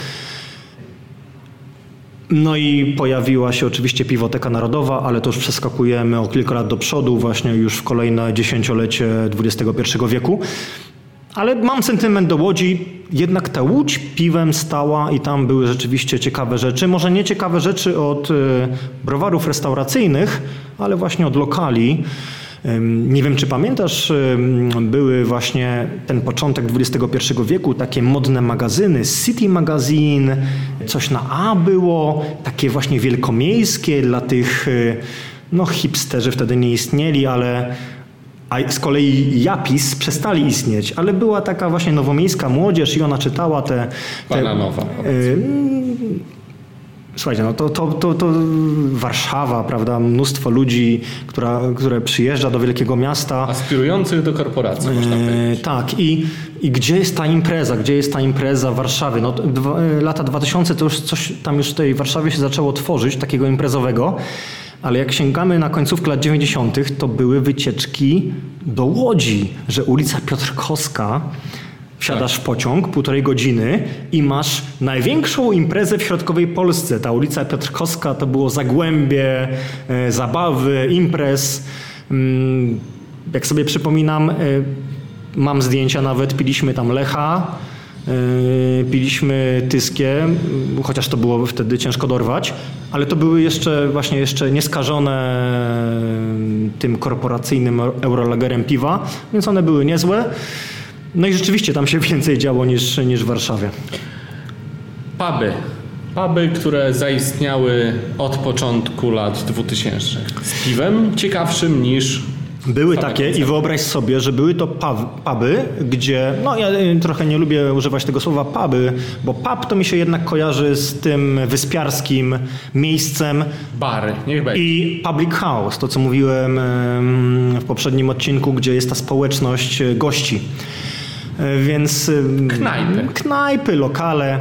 No i pojawiła się oczywiście Piwoteka Narodowa, ale to już przeskakujemy o kilka lat do przodu, właśnie już w kolejne dziesięciolecie XXI wieku. Ale mam sentyment do Łodzi, jednak ta Łódź piwem stała i tam były rzeczywiście ciekawe rzeczy. Może nie ciekawe rzeczy od browarów restauracyjnych, ale właśnie od lokali. Nie wiem, czy pamiętasz, były właśnie ten początek XXI wieku, takie modne magazyny, City Magazine, coś na A było, takie właśnie wielkomiejskie dla tych, no hipsterzy wtedy nie istnieli, ale a z kolei Japis przestali istnieć, ale była taka właśnie nowomiejska młodzież i ona czytała te Bananowa. Słuchajcie, no to Warszawa, prawda, mnóstwo ludzi, które przyjeżdża do wielkiego miasta. Aspirujących do korporacji, można powiedzieć. Tak, i gdzie jest ta impreza? Gdzie jest ta impreza w Warszawie? No, lata 2000 to już coś tam już w tej Warszawie się zaczęło tworzyć, takiego imprezowego, ale jak sięgamy na końcówkę lat 90., to były wycieczki do Łodzi, że ulica Piotrkowska, wsiadasz w pociąg, 1,5 godziny i masz największą imprezę w środkowej Polsce. Ta ulica Piotrkowska to było zagłębie zabawy, imprez. Jak sobie przypominam, mam zdjęcia nawet, piliśmy tam Lecha, piliśmy Tyskie, chociaż to było wtedy ciężko dorwać, ale to były jeszcze nieskażone tym korporacyjnym eurolagerem piwa, więc one były niezłe. No i rzeczywiście tam się więcej działo niż w Warszawie. Puby, które zaistniały od początku lat 2000. Z piwem ciekawszym niż... Były takie i wyobraź sobie, że były to puby, gdzie, no ja trochę nie lubię używać tego słowa puby, bo pub to mi się jednak kojarzy z tym wyspiarskim miejscem. Bary, niech będzie. I public house, to co mówiłem w poprzednim odcinku, gdzie jest ta społeczność gości. Więc... Knajpy, lokale.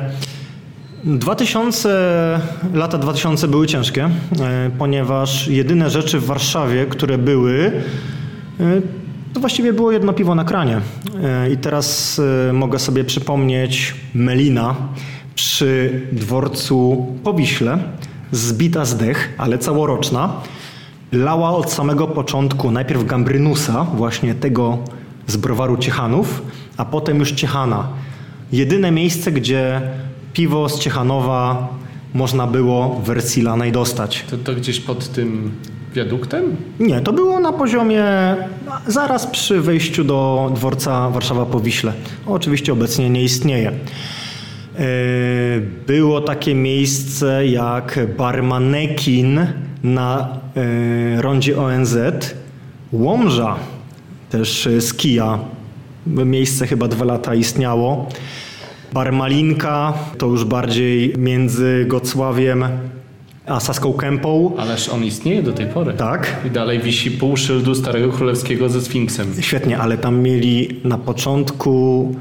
Lata 2000 były ciężkie, ponieważ jedyne rzeczy w Warszawie, które były, to właściwie było jedno piwo na kranie. I teraz mogę sobie przypomnieć Melina przy dworcu po Wiśle, zbita z dech, ale całoroczna. Lała od samego początku najpierw Gambrynusa, właśnie tego z browaru Ciechanów, a potem już Ciechana. Jedyne miejsce, gdzie piwo z Ciechanowa można było w wersji lanej dostać. To gdzieś pod tym wiaduktem? Nie, to było na poziomie zaraz przy wejściu do dworca Warszawa po Wiśle. Oczywiście obecnie nie istnieje. Było takie miejsce jak bar Manekin na rondzie ONZ. Łomża, też z kija. Miejsce chyba 2 lata istniało. Bar Malinka to już bardziej między Gocławiem a Saską Kępą. Ależ on istnieje do tej pory. Tak. I dalej wisi pół szyldu Starego Królewskiego ze Sfinksem. Świetnie, ale tam mieli na początku...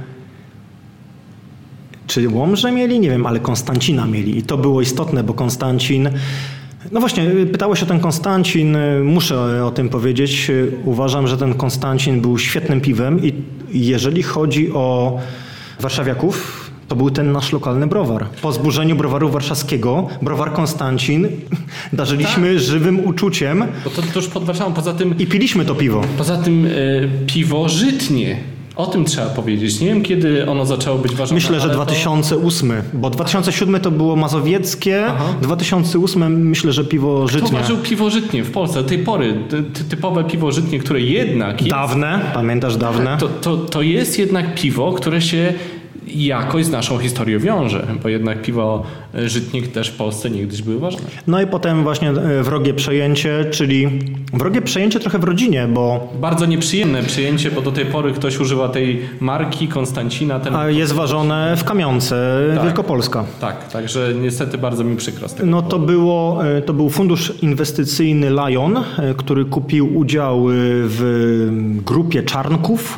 Czy Łomże mieli? Nie wiem, ale Konstancina mieli. I to było istotne, bo Konstancin... No właśnie, pytałeś o ten Konstancin. Muszę o tym powiedzieć. Uważam, że ten Konstancin był świetnym piwem i jeżeli chodzi o warszawiaków, to był ten nasz lokalny browar. Po zburzeniu browaru warszawskiego, browar Konstancin darzyliśmy żywym uczuciem. Bo to już pod Warszawą, poza tym... I piliśmy to piwo. Poza tym piwo Żytnie. O tym trzeba powiedzieć. Nie wiem, kiedy ono zaczęło być ważne. Myślę, że 2008, bo 2007 to było mazowieckie, 2008 myślę, że piwo Żytnie. Kto ważył piwo Żytnie w Polsce? Do tej pory typowe piwo Żytnie, które jednak jest... Dawne, pamiętasz dawne? To jest jednak piwo, które się jakoś z naszą historią wiąże, bo jednak piwo Żytnik też w Polsce niegdyś były ważne. No i potem właśnie wrogie przejęcie, czyli wrogie przejęcie trochę w rodzinie, bo... Bardzo nieprzyjemne przejęcie, bo do tej pory ktoś używa tej marki Konstancina. A jest ważone w Kamionce, Tak. Wielkopolska. Tak, także niestety bardzo mi przykro z tego. No to był fundusz inwestycyjny Lion, który kupił udział w grupie Czarnków.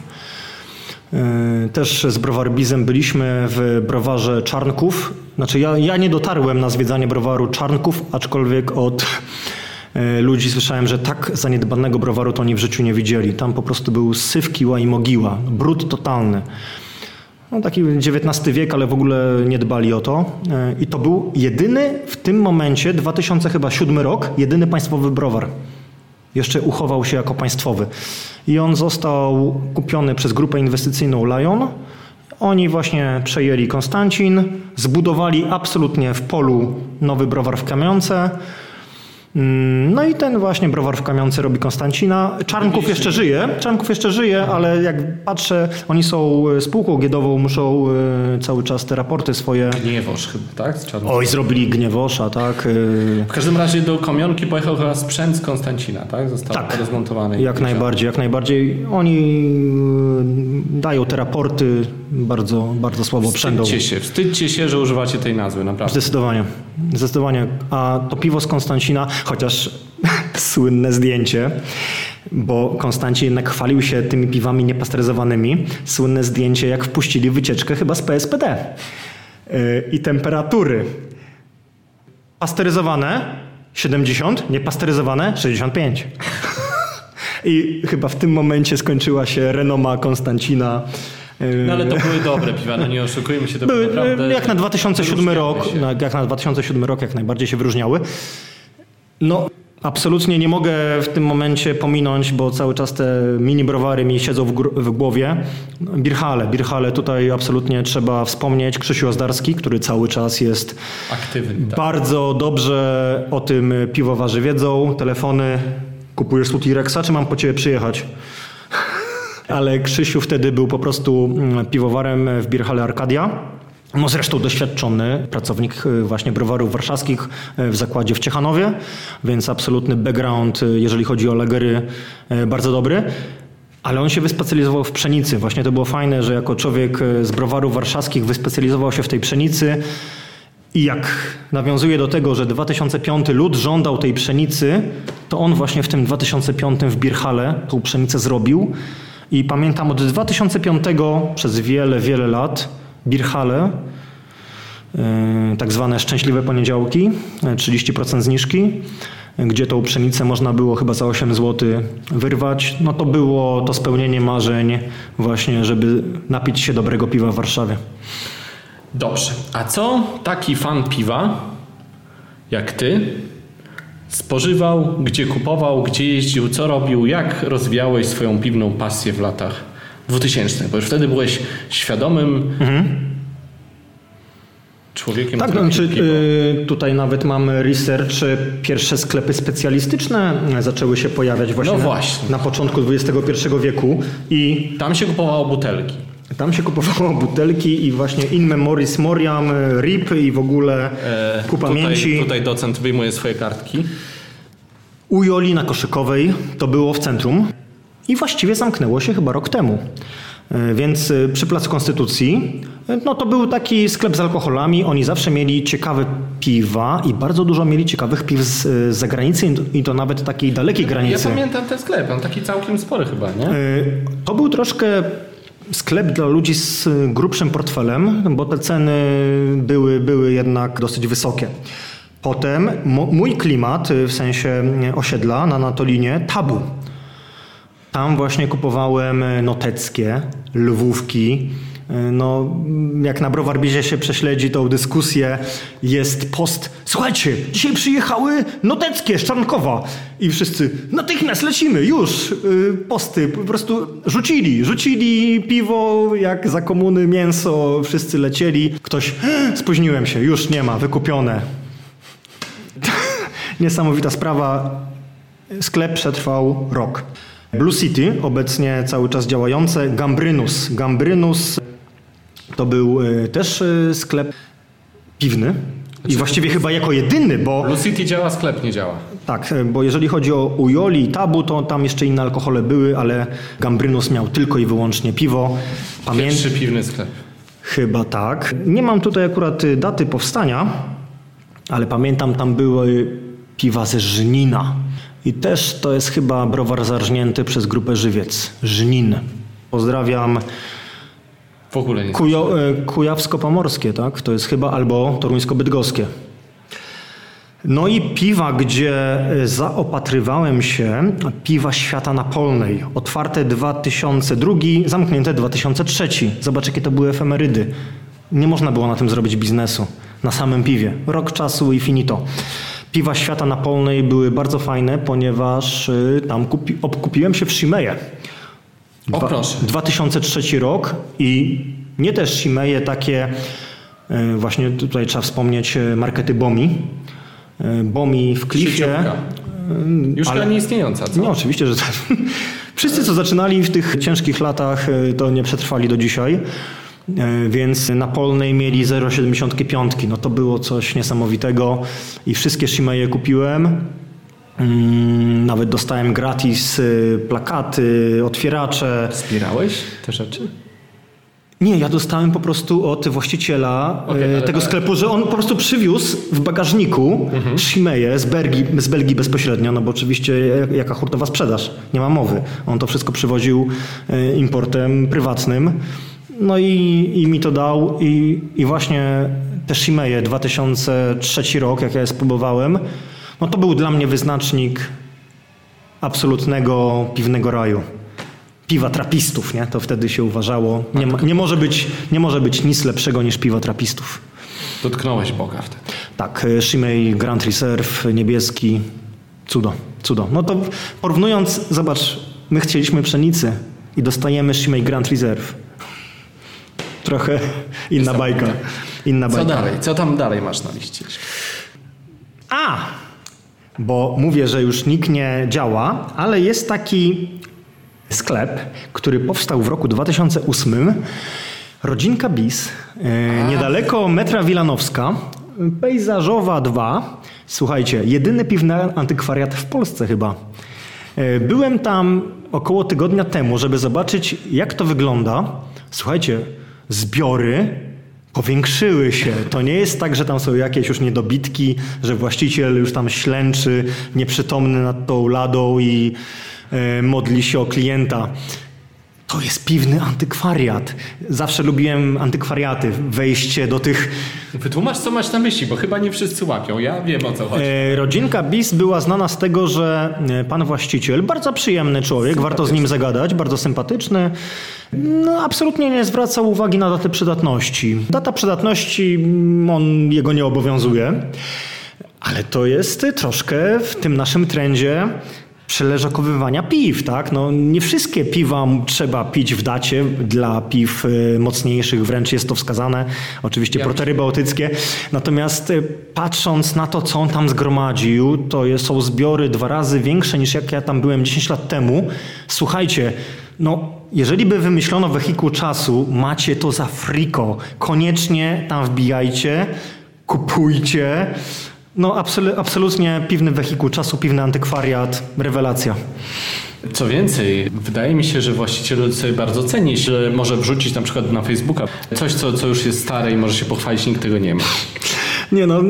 Też z Browarbizem byliśmy w browarze Czarnków. Znaczy ja nie dotarłem na zwiedzanie browaru Czarnków, aczkolwiek od ludzi słyszałem, że tak zaniedbanego browaru to oni w życiu nie widzieli. Tam po prostu był syf, kiła i mogiła. Brud totalny. No, taki XIX wiek, ale w ogóle nie dbali o to. I to był jedyny w tym momencie, 2007 rok, jedyny państwowy browar. Jeszcze uchował się jako państwowy. I on został kupiony przez grupę inwestycyjną Lion. Oni właśnie przejęli Konstancin, zbudowali absolutnie w polu nowy browar w Kamionce. No i ten właśnie browar w Kamionce robi Konstancina. Czarnków jeszcze żyje, ale jak patrzę, oni są spółką giedową, muszą cały czas te raporty swoje... Gniewosz chyba, tak? Z Czarnków. Oj, zrobili Gniewosza, tak. W każdym razie do Kamionki pojechał chyba sprzęt z Konstancina, tak? Został rozmontowany. Jak najbardziej. Oni dają te raporty bardzo, bardzo słabo przędą. Wstydźcie się, że używacie tej nazwy, naprawdę. Zdecydowanie. A to piwo z Konstancina, chociaż słynne zdjęcie, bo Konstancin jednak chwalił się tymi piwami niepasteryzowanymi. Słynne zdjęcie, jak wpuścili wycieczkę chyba z PSPD. I temperatury. Pasteryzowane 70, niepasteryzowane 65. I chyba w tym momencie skończyła się renoma Konstancina. No ale to były dobre piwa, no nie oszukujmy się, to były naprawdę... Jak na 2007 rok, jak najbardziej się wyróżniały. No, absolutnie nie mogę w tym momencie pominąć, bo cały czas te mini browary mi siedzą w głowie. Birhale, tutaj absolutnie trzeba wspomnieć. Krzysiu Ozdarski, który cały czas jest aktywny. Tak. Bardzo dobrze o tym piwowarzy wiedzą. Telefony, kupujesz tu T-Rexa, czy mam po ciebie przyjechać? Ale Krzysiu wtedy był po prostu piwowarem w Birhale Arkadia. No zresztą doświadczony pracownik właśnie browarów warszawskich w zakładzie w Ciechanowie, więc absolutny background, jeżeli chodzi o lagery, bardzo dobry. Ale on się wyspecjalizował w pszenicy. Właśnie to było fajne, że jako człowiek z browarów warszawskich wyspecjalizował się w tej pszenicy. I jak nawiązuje do tego, że 2005 lud żądał tej pszenicy, to on właśnie w tym 2005 w Birhale tą pszenicę zrobił. I pamiętam od 2005 przez wiele, wiele lat Birhale, tak zwane szczęśliwe poniedziałki, 30% zniżki, gdzie tą pszenicę można było chyba za 8 zł wyrwać. No to było to spełnienie marzeń właśnie, żeby napić się dobrego piwa w Warszawie. Dobrze. A co taki fan piwa jak ty spożywał, gdzie kupował, gdzie jeździł, co robił, jak rozwijałeś swoją piwną pasję w latach 2000? Bo już wtedy byłeś świadomym człowiekiem. Tak, tutaj nawet mamy research. Pierwsze sklepy specjalistyczne zaczęły się pojawiać właśnie, na początku XXI wieku. I tam się kupowało butelki. I właśnie In Memoris Moriam, RIP i w ogóle ku pamięci. Tutaj docent wyjmuje swoje kartki. U Joli na Koszykowej to było w centrum i właściwie zamknęło się chyba rok temu. Więc przy Placu Konstytucji no to był taki sklep z alkoholami. Oni zawsze mieli ciekawe piwa i bardzo dużo mieli ciekawych piw z zagranicy i to nawet takiej dalekiej granicy. Ja pamiętam ten sklep, on taki całkiem spory chyba, nie? To był troszkę sklep dla ludzi z grubszym portfelem, bo te ceny były jednak dosyć wysokie. Potem mój klimat, w sensie osiedla na Natolinie, Tabu. Tam właśnie kupowałem noteckie, lwówki. No, jak na Browarbizie się prześledzi tą dyskusję, jest post. Słuchajcie, dzisiaj przyjechały noteckie z Czarnkowa. I wszyscy, natychmiast lecimy, już. Posty po prostu rzucili piwo, jak za komuny mięso, wszyscy lecieli. Ktoś, spóźniłem się, już nie ma, wykupione. Niesamowita sprawa. Sklep przetrwał rok. Blue City, obecnie cały czas działające. Gambrynus. To był też sklep piwny. I właściwie chyba jako jedyny, bo... Blue City działa, sklep nie działa. Tak, bo jeżeli chodzi o Ujoli i Tabu, to tam jeszcze inne alkohole były, ale Gambrinus miał tylko i wyłącznie piwo. Pierwszy piwny sklep. Chyba tak. Nie mam tutaj akurat daty powstania, ale pamiętam, tam były piwa ze Żnina. I też to jest chyba browar zarżnięty przez grupę Żywiec. Żnin. Pozdrawiam. W ogóle nie. Kujawsko-Pomorskie, tak? To jest chyba albo toruńsko-bydgoskie. No i piwa, gdzie zaopatrywałem się, piwa Świata Napolnej. Otwarte 2002, zamknięte 2003. Zobacz, jakie to były efemerydy. Nie można było na tym zrobić biznesu. Na samym piwie. Rok czasu i finito. Piwa Świata Napolnej były bardzo fajne, ponieważ tam kupiłem się w Shimeje. O proszę. 2003 rok i nie też Shimeje takie, właśnie tutaj trzeba wspomnieć markety Bomi. Bomi w Klifie. Już ale nieistniejąca, co? Nie, oczywiście, że tak. Wszyscy, co zaczynali w tych ciężkich latach, to nie przetrwali do dzisiaj. Więc na Polnej mieli 0,75. No to było coś niesamowitego i wszystkie Shimeje kupiłem. Nawet dostałem gratis plakaty, otwieracze. Wspierałeś te rzeczy? Nie, ja dostałem po prostu od właściciela tego sklepu, że on po prostu przywiózł w bagażniku Shimeje z Belgii bezpośrednio, no bo oczywiście jaka hurtowa sprzedaż, nie ma mowy. On to wszystko przywoził importem prywatnym. No i mi to dał i właśnie te Shimeje 2003 rok, jak ja je spróbowałem, no to był dla mnie wyznacznik absolutnego piwnego raju. Piwa trapistów, nie? To wtedy się uważało. Nie może być nic lepszego niż piwa trapistów. Dotknąłeś Boga wtedy. Tak, Shimei Grand Reserve, niebieski. Cudo. No to porównując, zobacz, my chcieliśmy pszenicy i dostajemy Shimei Grand Reserve. Trochę inna bajka. Co dalej? Co tam dalej masz na liście? Bo mówię, że już nikt nie działa, ale jest taki sklep, który powstał w roku 2008. Rodzinka Bis, niedaleko metra Wilanowska, Pejzażowa 2. Słuchajcie, jedyny piwny antykwariat w Polsce chyba. Byłem tam około tygodnia temu, żeby zobaczyć, jak to wygląda. Słuchajcie, zbiory powiększyły się. To nie jest tak, że tam są jakieś już niedobitki, że właściciel już tam ślęczy nieprzytomny nad tą ladą i modli się o klienta. To jest piwny antykwariat. Zawsze lubiłem antykwariaty, wejście do tych... Wytłumacz, co masz na myśli, bo chyba nie wszyscy łapią. Ja wiem, o co chodzi. Rodzinka Bis była znana z tego, że pan właściciel, bardzo przyjemny człowiek, warto z nim zagadać, bardzo sympatyczny, no, absolutnie nie zwracał uwagi na datę przydatności. Data przydatności, jego nie obowiązuje, ale to jest troszkę w tym naszym trendzie przeleżakowywania piw, tak? No, nie wszystkie piwa trzeba pić w dacie. Dla piw mocniejszych wręcz jest to wskazane. Oczywiście portery bałtyckie. Natomiast patrząc na to, co on tam zgromadził, to są zbiory 2 razy większe niż jak ja tam byłem 10 lat temu. Słuchajcie, no jeżeli by wymyślono wehikuł czasu, macie to za friko. Koniecznie tam wbijajcie, kupujcie. No absolutnie piwny wehikuł czasu, piwny antykwariat, rewelacja. Co więcej, wydaje mi się, że właściciel sobie bardzo ceni, że może wrzucić na przykład na Facebooka coś, co już jest stare i może się pochwalić, nikt tego nie ma. Nie no,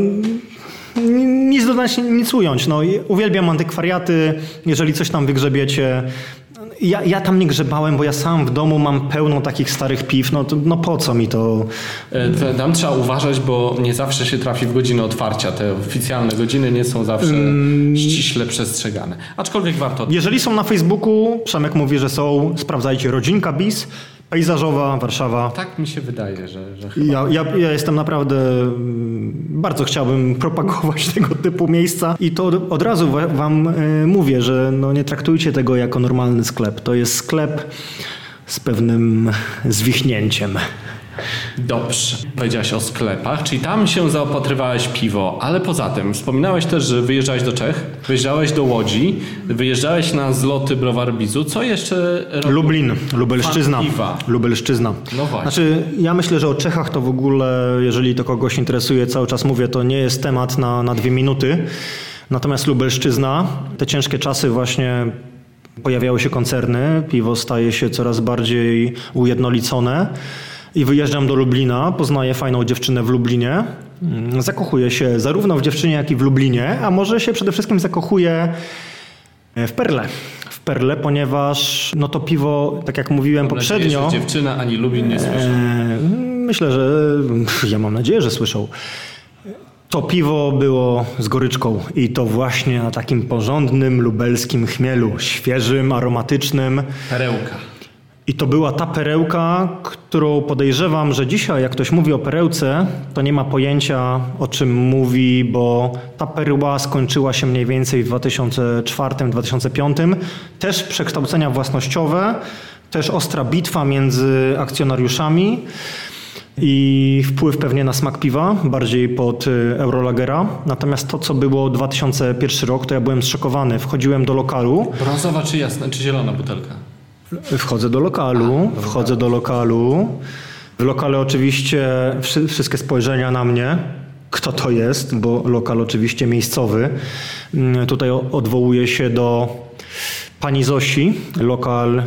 nic dodać, nic ująć. No, uwielbiam antykwariaty, jeżeli coś tam wygrzebiecie. Ja tam nie grzebałem, bo ja sam w domu mam pełno takich starych piw, no po co mi to? Tam trzeba uważać, bo nie zawsze się trafi w godzinę otwarcia. Te oficjalne godziny nie są zawsze ściśle przestrzegane. Aczkolwiek warto... Jeżeli są na Facebooku, Przemek mówi, że są, sprawdzajcie, Rodzinka Bis, Pejzażowa, Warszawa. Tak mi się wydaje, że chyba... Ja jestem naprawdę... Bardzo chciałbym propagować tego typu miejsca i to od razu wam mówię, że no nie traktujcie tego jako normalny sklep. To jest sklep z pewnym zwichnięciem. Dobrze. Powiedziałaś o sklepach, czyli tam się zaopatrywałeś piwo, ale poza tym wspominałeś też, że wyjeżdżałeś do Czech, wyjeżdżałeś do Łodzi, wyjeżdżałeś na zloty Browar Bizu. Co jeszcze robił? Lublin, Lubelszczyzna. Fan piwa. Lubelszczyzna. No właśnie. Znaczy, ja myślę, że o Czechach to w ogóle, jeżeli to kogoś interesuje, cały czas mówię, to nie jest temat na 2 minuty. Natomiast Lubelszczyzna, te ciężkie czasy właśnie pojawiały się koncerny, piwo staje się coraz bardziej ujednolicone i wyjeżdżam do Lublina, poznaję fajną dziewczynę w Lublinie, zakochuję się zarówno w dziewczynie, jak i w Lublinie, a może się przede wszystkim zakochuję w Perle, ponieważ no to piwo, tak jak mówiłem poprzednio... Nadzieję, że dziewczyna ani Lublin nie słyszał. Myślę, że... Ja mam nadzieję, że słyszą. To piwo było z goryczką i to właśnie na takim porządnym lubelskim chmielu, świeżym, aromatycznym. Perełka. I to była ta perełka, którą podejrzewam, że dzisiaj jak ktoś mówi o perełce, to nie ma pojęcia o czym mówi, bo ta perła skończyła się mniej więcej w 2004-2005. Też przekształcenia własnościowe, też ostra bitwa między akcjonariuszami. I wpływ pewnie na smak piwa, bardziej pod Eurolagera. Natomiast to, co było 2001 rok, to ja byłem zszokowany. Wchodziłem do lokalu. Brązowa czy jasna, czy zielona butelka? Wchodzę do lokalu. W lokale oczywiście wszystkie spojrzenia na mnie. Kto to jest, bo lokal oczywiście miejscowy. Tutaj odwołuję się do pani Zosi. Lokal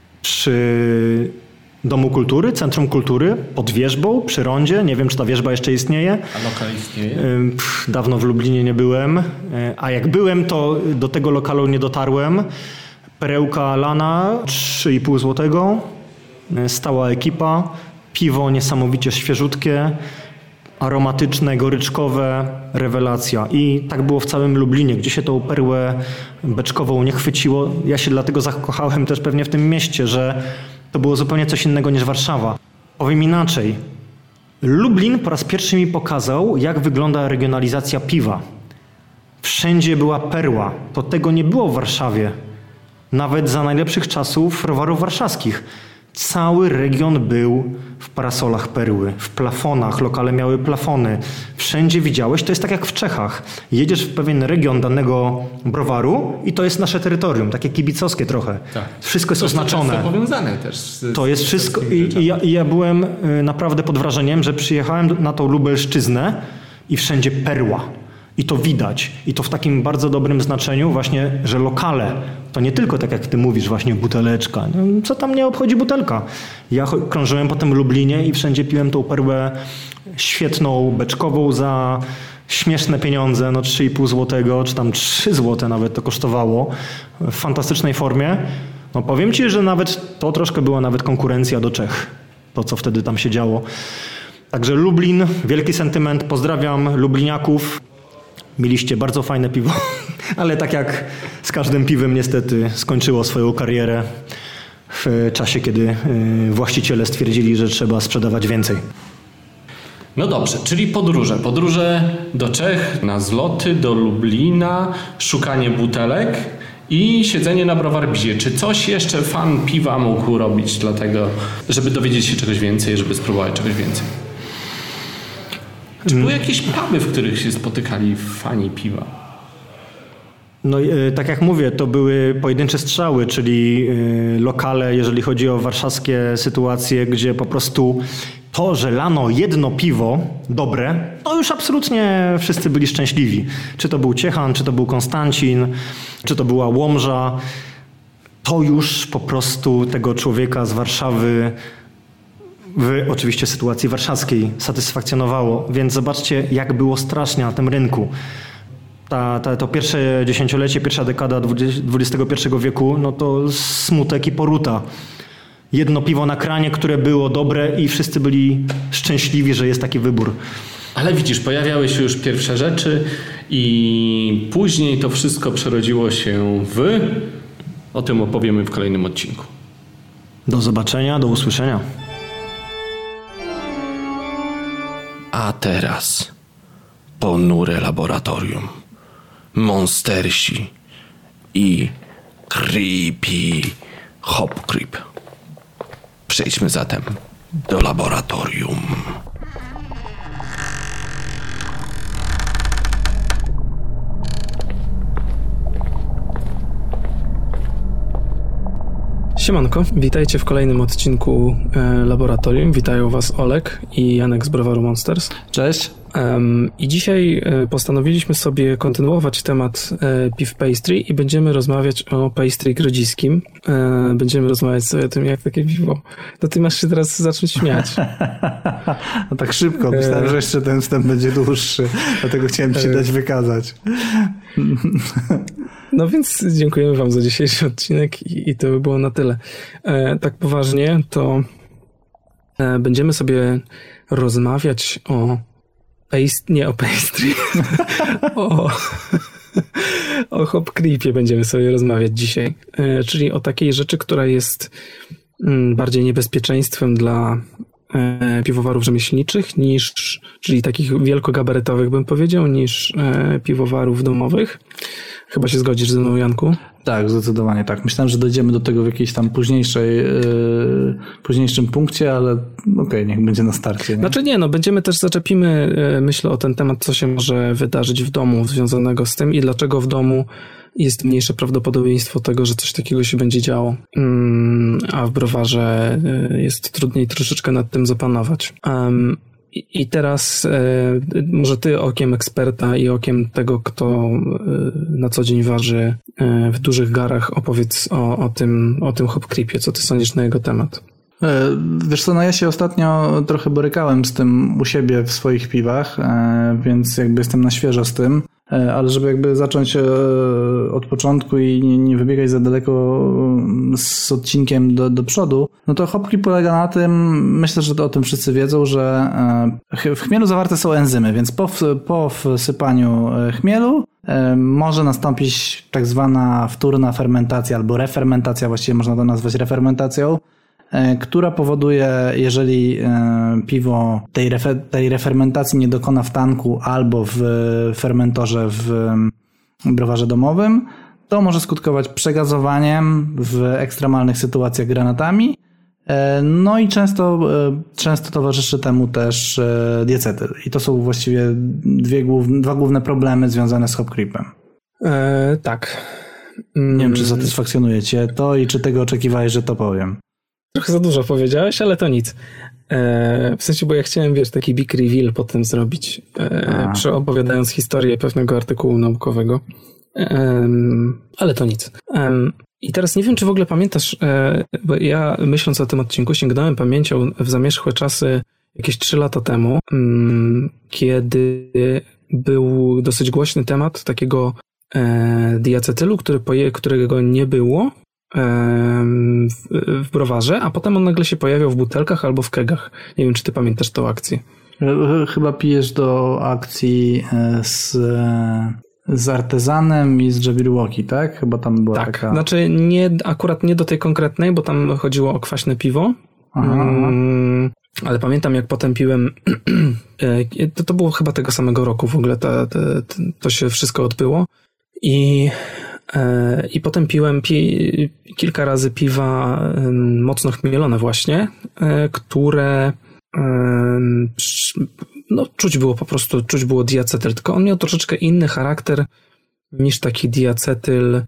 przy Domu Kultury, Centrum Kultury, pod wierzbą, przy rondzie. Nie wiem, czy ta wierzba jeszcze istnieje. A lokal istnieje? Dawno w Lublinie nie byłem. A jak byłem, to do tego lokalu nie dotarłem. Perełka lana, 3,5 zł. Stała ekipa. Piwo niesamowicie świeżutkie, aromatyczne, goryczkowe, rewelacja. I tak było w całym Lublinie, gdzie się tą perłę beczkową nie chwyciło. Ja się dlatego zakochałem też pewnie w tym mieście, że to było zupełnie coś innego niż Warszawa. Powiem inaczej. Lublin po raz pierwszy mi pokazał, jak wygląda regionalizacja piwa. Wszędzie była perła. To tego nie było w Warszawie. Nawet za najlepszych czasów rowarów warszawskich. Cały region był w parasolach perły, w plafonach, lokale miały plafony. Wszędzie widziałeś, to jest tak jak w Czechach. Jedziesz w pewien region danego browaru i to jest nasze terytorium, takie kibicowskie trochę. Tak. Wszystko jest oznaczone. To powiązane też. To jest wszystko i ja byłem naprawdę pod wrażeniem, że przyjechałem na tą Lubelszczyznę i wszędzie perła. I to widać. I to w takim bardzo dobrym znaczeniu właśnie, że lokale to nie tylko tak jak ty mówisz, właśnie buteleczka. Co tam mnie obchodzi butelka? Ja krążyłem po tym Lublinie i wszędzie piłem tą perłę świetną, beczkową za śmieszne pieniądze, 3,5 zł, czy tam 3 zł nawet to kosztowało. W fantastycznej formie. Powiem ci, że nawet to troszkę była nawet konkurencja do Czech. To, co wtedy tam się działo. Także Lublin, wielki sentyment. Pozdrawiam lubliniaków. Mieliście bardzo fajne piwo, ale tak jak z każdym piwem niestety skończyło swoją karierę w czasie, kiedy właściciele stwierdzili, że trzeba sprzedawać więcej. No dobrze, czyli podróże. Podróże do Czech, na zloty, do Lublina, szukanie butelek i siedzenie na Browar Bizie. Czy coś jeszcze fan piwa mógł robić dlatego, żeby dowiedzieć się czegoś więcej, żeby spróbować czegoś więcej? Czy były jakieś puby, w których się spotykali fani piwa? No tak jak mówię, to były pojedyncze strzały, czyli lokale, jeżeli chodzi o warszawskie sytuacje, gdzie po prostu to, że lano jedno piwo dobre, to już absolutnie wszyscy byli szczęśliwi. Czy to był Ciechan, czy to był Konstancin, czy to była Łomża. To już po prostu tego człowieka z Warszawy w oczywiście sytuacji warszawskiej satysfakcjonowało. Więc zobaczcie, jak było strasznie na tym rynku. To pierwsze dziesięciolecie, pierwsza dekada XXI wieku, no to smutek i poruta. Jedno piwo na kranie, które było dobre i wszyscy byli szczęśliwi, że jest taki wybór. Ale widzisz, pojawiały się już pierwsze rzeczy i później to wszystko przerodziło się w... O tym opowiemy w kolejnym odcinku. Do zobaczenia, do usłyszenia. A teraz ponure laboratorium, monstersi i creepy hop creep. Przejdźmy zatem do laboratorium. Siemanko, witajcie w kolejnym odcinku Laboratorium. Witają Was Olek i Janek z Browaru Monsters. Cześć. I dzisiaj postanowiliśmy sobie kontynuować temat piw pastry i będziemy rozmawiać o pastry grodziskim. Będziemy rozmawiać sobie o tym, jak takie piwo. To ty masz się teraz zacząć śmiać. No tak szybko, myślałem, że jeszcze ten wstęp będzie dłuższy, dlatego chciałem ci dać wykazać. No więc dziękujemy Wam za dzisiejszy odcinek i to by było na tyle. Tak poważnie, to będziemy sobie rozmawiać o pastry, o hop creepie będziemy sobie rozmawiać dzisiaj, czyli o takiej rzeczy, która jest bardziej niebezpieczeństwem dla piwowarów rzemieślniczych czyli takich wielkogabarytowych bym powiedział, niż piwowarów domowych. Chyba się zgodzisz ze mną, Janku? Tak, zdecydowanie tak. Myślałem, że dojdziemy do tego w jakiejś tam późniejszym punkcie, ale okej, niech będzie na starcie. Nie? Znaczy nie, będziemy też zaczepimy, myślę, o ten temat, co się może wydarzyć w domu związanego z tym i dlaczego w domu jest mniejsze prawdopodobieństwo tego, że coś takiego się będzie działo, a w browarze jest trudniej troszeczkę nad tym zapanować. I teraz może ty okiem eksperta i okiem tego, kto na co dzień waży w dużych garach, opowiedz o tym hop creepie. Co ty sądzisz na jego temat? Wiesz co, ja się ostatnio trochę borykałem z tym u siebie w swoich piwach, więc jakby jestem na świeżo z tym, ale żeby jakby zacząć od początku i nie wybiegać za daleko z odcinkiem do przodu, no to hop creep polega na tym, myślę, że o tym wszyscy wiedzą, że w chmielu zawarte są enzymy, więc po wsypaniu chmielu może nastąpić tak zwana wtórna fermentacja albo refermentacja, właściwie można to nazwać refermentacją, która powoduje, jeżeli piwo tej refermentacji nie dokona w tanku albo w fermentorze w browarze domowym, to może skutkować przegazowaniem, w ekstremalnych sytuacjach granatami, no i często towarzyszy temu też diacetyl. I to są właściwie dwa główne problemy związane z hop creepem. Tak. Nie wiem, czy satysfakcjonuje cię to i czy tego oczekiwałeś, że to powiem. Trochę za dużo powiedziałeś, ale to nic. W sensie, bo ja chciałem, taki big reveal potem zrobić, opowiadając historię pewnego artykułu naukowego. Ale to nic. I teraz nie wiem, czy w ogóle pamiętasz, bo ja myśląc o tym odcinku sięgnąłem pamięcią w zamierzchłe czasy jakieś 3 lata temu, kiedy był dosyć głośny temat takiego diacetylu, którego nie było w browarze, a potem on nagle się pojawiał w butelkach albo w kegach. Nie wiem, czy ty pamiętasz tą akcję. Chyba pijesz do akcji z Artezanem i z Jabberwocky, tak? Chyba tam była taka... Znaczy akurat nie do tej konkretnej, bo tam chodziło o kwaśne piwo. Ale pamiętam, jak potem piłem to było chyba tego samego roku w ogóle to się wszystko odbyło i potem piłem kilka razy piwa mocno chmielone właśnie, które czuć było diacetyl, tylko on miał troszeczkę inny charakter niż taki diacetyl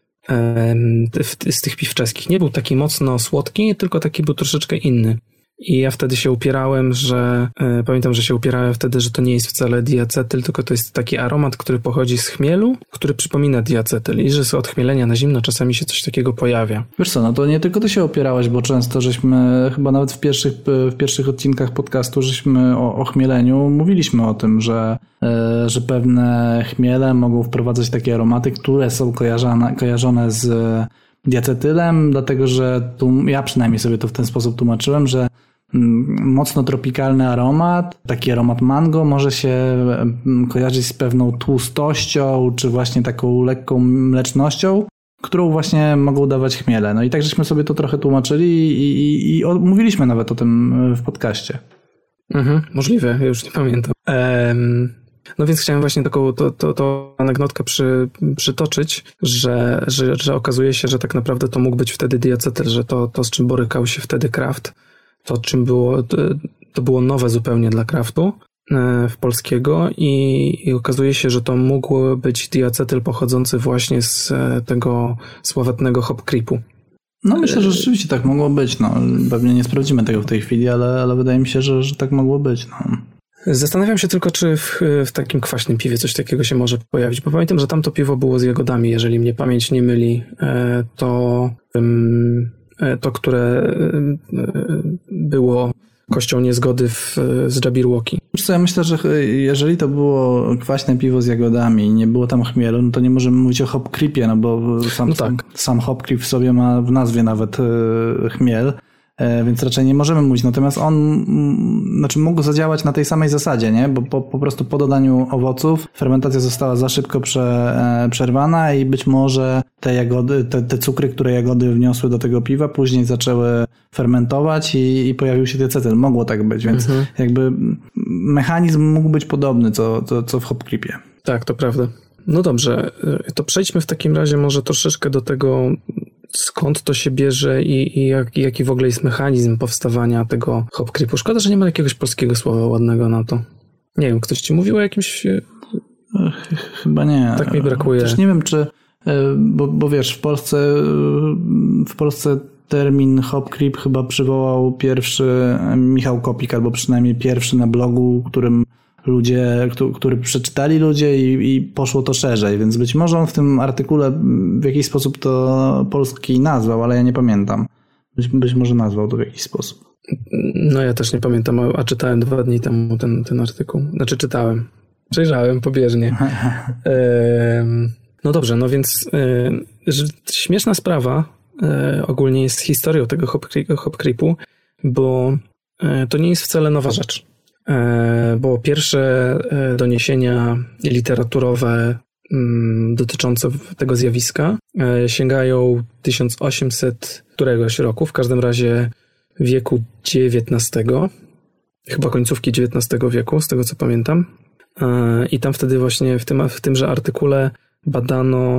z tych piw czeskich. Nie był taki mocno słodki, tylko taki był troszeczkę inny. I ja wtedy się upierałem, pamiętam, że się upierałem wtedy, że to nie jest wcale diacetyl, tylko to jest taki aromat, który pochodzi z chmielu, który przypomina diacetyl i że od chmielenia na zimno czasami się coś takiego pojawia. Wiesz co, no to nie tylko ty się opierałeś, bo często żeśmy, chyba nawet w pierwszych odcinkach podcastu, żeśmy o chmieleniu mówiliśmy o tym, że pewne chmiele mogą wprowadzać takie aromaty, które są kojarzone z diacetylem, dlatego że ja przynajmniej sobie to w ten sposób tłumaczyłem, że mocno tropikalny aromat, taki aromat mango może się kojarzyć z pewną tłustością, czy właśnie taką lekką mlecznością, którą właśnie mogą dawać chmiele. No i tak żeśmy sobie to trochę tłumaczyli i mówiliśmy nawet o tym w podcaście. Możliwe, ja już nie pamiętam. No więc chciałem właśnie taką anegdotkę przytoczyć, że okazuje się, że tak naprawdę to mógł być wtedy diacetyl, że to z czym borykał się wtedy Kraft, to czym było, to było nowe zupełnie dla kraftu w polskiego i okazuje się, że to mógł być diacetyl pochodzący właśnie z tego sławetnego hop creepu. No myślę, że rzeczywiście tak mogło być. No, pewnie nie sprawdzimy tego w tej chwili, ale wydaje mi się, że tak mogło być. No. Zastanawiam się tylko, czy w takim kwaśnym piwie coś takiego się może pojawić, bo pamiętam, że tamto piwo było z jagodami, jeżeli mnie pamięć nie myli, to które było kością niezgody z Jabberwocky. Wiesz co, ja myślę, że jeżeli to było kwaśne piwo z jagodami i nie było tam chmielu, no to nie możemy mówić o hop creepie, no bo sam hop creep w sobie ma w nazwie nawet chmiel, więc raczej nie możemy mówić. Natomiast on mógł zadziałać na tej samej zasadzie, nie? Bo po prostu po dodaniu owoców fermentacja została za szybko przerwana i być może te jagody, te cukry, które jagody wniosły do tego piwa, później zaczęły fermentować i pojawił się diacetyl. Mogło tak być, więc jakby mechanizm mógł być podobny, co w hop creepie. Tak, to prawda. No dobrze, to przejdźmy w takim razie może troszeczkę do tego, skąd to się bierze i jaki w ogóle jest mechanizm powstawania tego hop creepu. Szkoda, że nie ma jakiegoś polskiego słowa ładnego na to. Nie wiem, ktoś ci mówił o jakimś... Chyba nie. Tak mi brakuje. Też nie wiem, czy... Bo wiesz, w Polsce termin hop creep chyba przywołał pierwszy Michał Kopik, albo przynajmniej pierwszy na blogu, który przeczytali ludzie i poszło to szerzej, więc być może on w tym artykule w jakiś sposób to polski nazwał, ale ja nie pamiętam. Być może nazwał to w jakiś sposób. No ja też nie pamiętam, a czytałem 2 dni temu ten artykuł. Znaczy czytałem. Przejrzałem pobieżnie. No dobrze, no więc śmieszna sprawa ogólnie jest historią tego hop creepu, bo to nie jest wcale nowa rzecz. Bo pierwsze doniesienia literaturowe dotyczące tego zjawiska sięgają 1800 któregoś roku, w każdym razie wieku XIX, chyba końcówki XIX wieku, z tego co pamiętam. I tam wtedy właśnie w tymże artykule badano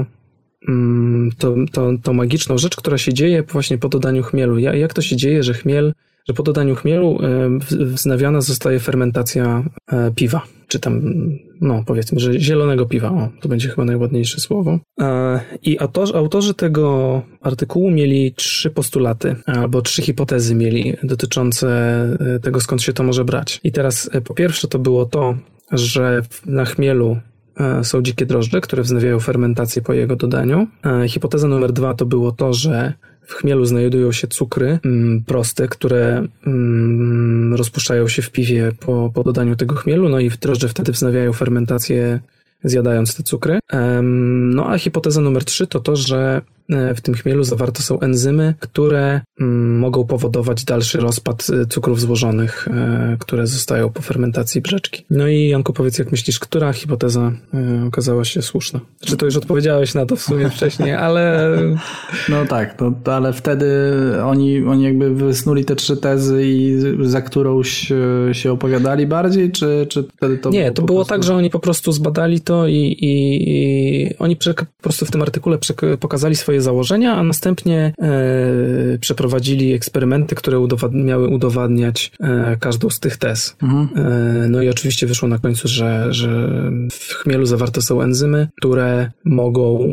tą magiczną rzecz, która się dzieje właśnie po dodaniu chmielu. Jak to się dzieje, że po dodaniu chmielu wznawiana zostaje fermentacja piwa, czy tam, no powiedzmy, że zielonego piwa, to będzie chyba najładniejsze słowo. I autorzy tego artykułu mieli 3 postulaty, albo 3 hipotezy mieli dotyczące tego, skąd się to może brać. I teraz po pierwsze to było to, że na chmielu są dzikie drożdże, które wznawiają fermentację po jego dodaniu. Hipoteza numer 2 to było to, że w chmielu znajdują się cukry proste, które rozpuszczają się w piwie po dodaniu tego chmielu, no i drożdże wtedy wznawiają fermentację, zjadając te cukry. No a hipoteza numer 3 to to, że w tym chmielu zawarte są enzymy, które mogą powodować dalszy rozpad cukrów złożonych, które zostają po fermentacji brzeczki. No i Janku, powiedz, jak myślisz, która hipoteza okazała się słuszna? Czy to już odpowiedziałeś na to w sumie wcześniej, ale... No tak, ale wtedy oni jakby wysnuli te 3 tezy i za którąś się opowiadali bardziej, czy wtedy to... Nie, to było tak, że oni po prostu zbadali to i oni po prostu w tym artykule pokazali swoje założenia, a następnie przeprowadzili eksperymenty, które miały udowadniać każdą z tych tez. No i oczywiście wyszło na końcu, że w chmielu zawarte są enzymy, które mogą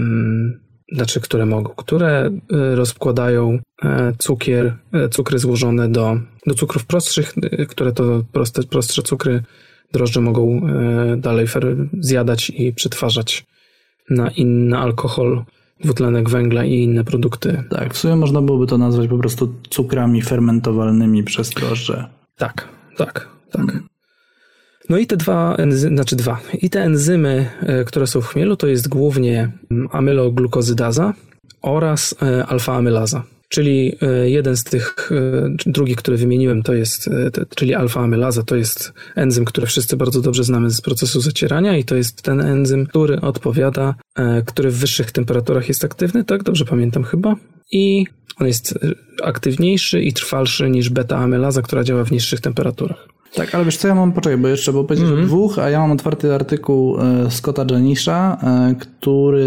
które rozkładają cukry złożone do cukrów prostszych, które to prostsze cukry drożdże mogą dalej zjadać i przetwarzać na inny alkohol, dwutlenek węgla i inne produkty. Tak, w sumie można byłoby to nazwać po prostu cukrami fermentowalnymi przez drożdże. Tak. No i i te enzymy, które są w chmielu, to jest głównie amyloglukozydaza oraz alfa-amylaza. Czyli jeden z tych, drugi, który wymieniłem, to jest, czyli alfa-amylaza, to jest enzym, który wszyscy bardzo dobrze znamy z procesu zacierania i to jest ten enzym, który odpowiada, który w wyższych temperaturach jest aktywny, tak? Dobrze pamiętam chyba. I on jest aktywniejszy i trwalszy niż beta-amylaza, która działa w niższych temperaturach. Tak, ale wiesz co, ja mam, poczekaj, bo powiedzieć o 2, a ja mam otwarty artykuł Scotta Janisha,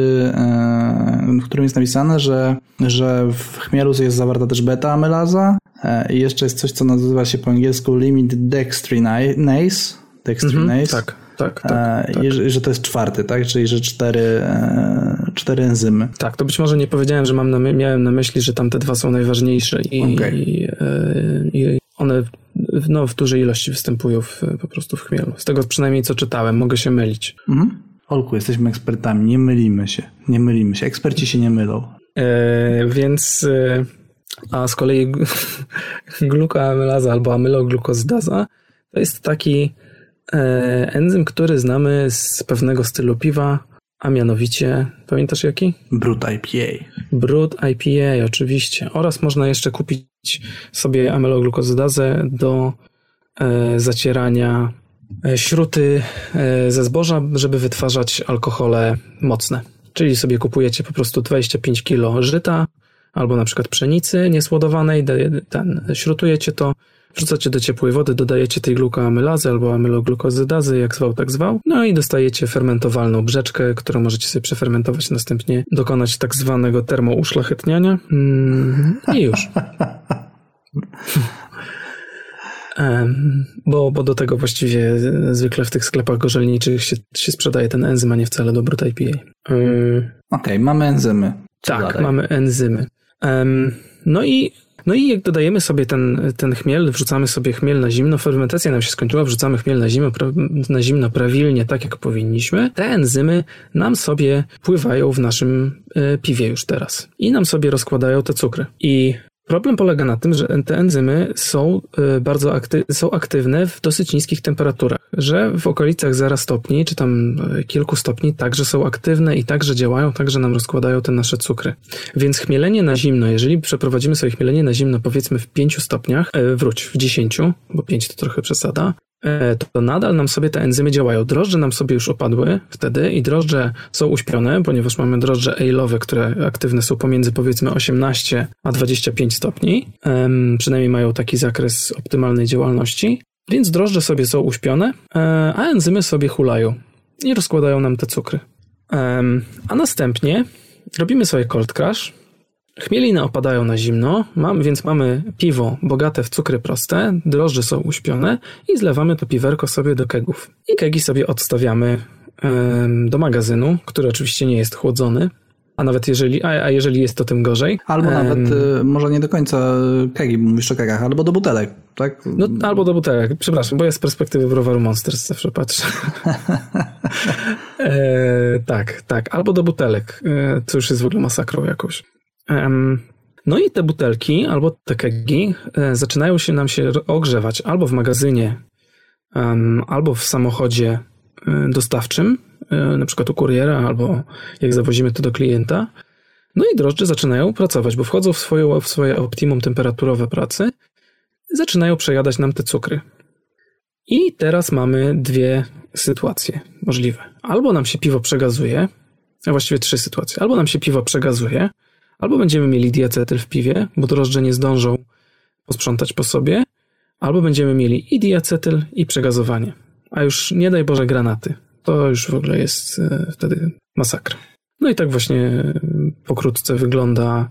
w którym jest napisane, że w chmielu jest zawarta też beta-amylaza, I jeszcze jest coś, co nazywa się po angielsku limit dextrinase. Tak. I że to jest 4, tak? Czyli że 4 enzymy. Tak, to być może nie powiedziałem, że miałem na myśli, że tam te 2 są najważniejsze i one w dużej ilości występują po prostu w chmielu. Z tego przynajmniej co czytałem, mogę się mylić. Olku, jesteśmy ekspertami, nie mylimy się. Eksperci się nie mylą. A z kolei glukoamylaza albo amyloglukozydaza to jest taki enzym, który znamy z pewnego stylu piwa, a mianowicie, pamiętasz jaki? Brut IPA. Brut IPA, oczywiście. Oraz można jeszcze kupić sobie amyloglukozydazę do zacierania śruty ze zboża, żeby wytwarzać alkohole mocne. Czyli sobie kupujecie po prostu 25 kg żyta albo na przykład pszenicy niesłodowanej, śrutujecie to, wrzucacie do ciepłej wody, dodajecie tej glukoamylazy albo amyloglukozydazy, jak zwał, tak zwał. No i dostajecie fermentowalną brzeczkę, którą możecie sobie przefermentować, następnie dokonać tak zwanego termouszlachetniania. I już. Bo do tego właściwie zwykle w tych sklepach gorzelniczych się sprzedaje ten enzym, a nie wcale do Brut IPA. Okej, mamy enzymy. Tak, mamy enzymy. No i jak dodajemy sobie ten chmiel, wrzucamy sobie chmiel na zimno, fermentacja nam się skończyła, wrzucamy chmiel na zimno prawilnie, tak jak powinniśmy, te enzymy nam sobie pływają w naszym piwie już teraz i nam sobie rozkładają te cukry. I problem polega na tym, że te enzymy są są aktywne w dosyć niskich temperaturach, że w okolicach 0 stopni, czy tam kilku stopni także są aktywne i także działają, także nam rozkładają te nasze cukry. Więc chmielenie na zimno, jeżeli przeprowadzimy sobie chmielenie na zimno powiedzmy w 5 stopniach, w 10, bo 5 to trochę przesada, to nadal nam sobie te enzymy działają. Drożdże nam sobie już opadły wtedy i drożdże są uśpione, ponieważ mamy drożdże ale'owe, które aktywne są pomiędzy powiedzmy 18 a 25 stopni. Przynajmniej mają taki zakres optymalnej działalności. Więc drożdże sobie są uśpione, a enzymy sobie hulają i rozkładają nam te cukry. A następnie robimy sobie cold crash. Chmieliny opadają na zimno, więc mamy piwo bogate w cukry proste, drożdże są uśpione i zlewamy to piwerko sobie do kegów. I kegi sobie odstawiamy do magazynu, który oczywiście nie jest chłodzony, a nawet jeżeli jest, to tym gorzej. Albo nawet, może nie do końca kegi, bo mówisz o kegach, albo do butelek, tak? No, albo do butelek, przepraszam, bo ja z perspektywy browaru Monsters zawsze patrzę. Tak, albo do butelek, co już jest w ogóle masakrą jakąś. No i te butelki albo te kegi zaczynają się nam się ogrzewać albo w magazynie, albo w samochodzie dostawczym, na przykład u kuriera, albo jak zawozimy to do klienta. No i drożdże zaczynają pracować, bo wchodzą w swoje optimum temperaturowe pracy, zaczynają przejadać nam te cukry. I teraz mamy 2 sytuacje możliwe. Albo nam się piwo przegazuje, a właściwie 3 sytuacje. Albo nam się piwo przegazuje, albo będziemy mieli diacetyl w piwie, bo drożdże nie zdążą posprzątać po sobie, albo będziemy mieli i diacetyl, i przegazowanie. A już nie daj Boże granaty. To już w ogóle jest wtedy masakra. No i tak właśnie pokrótce wygląda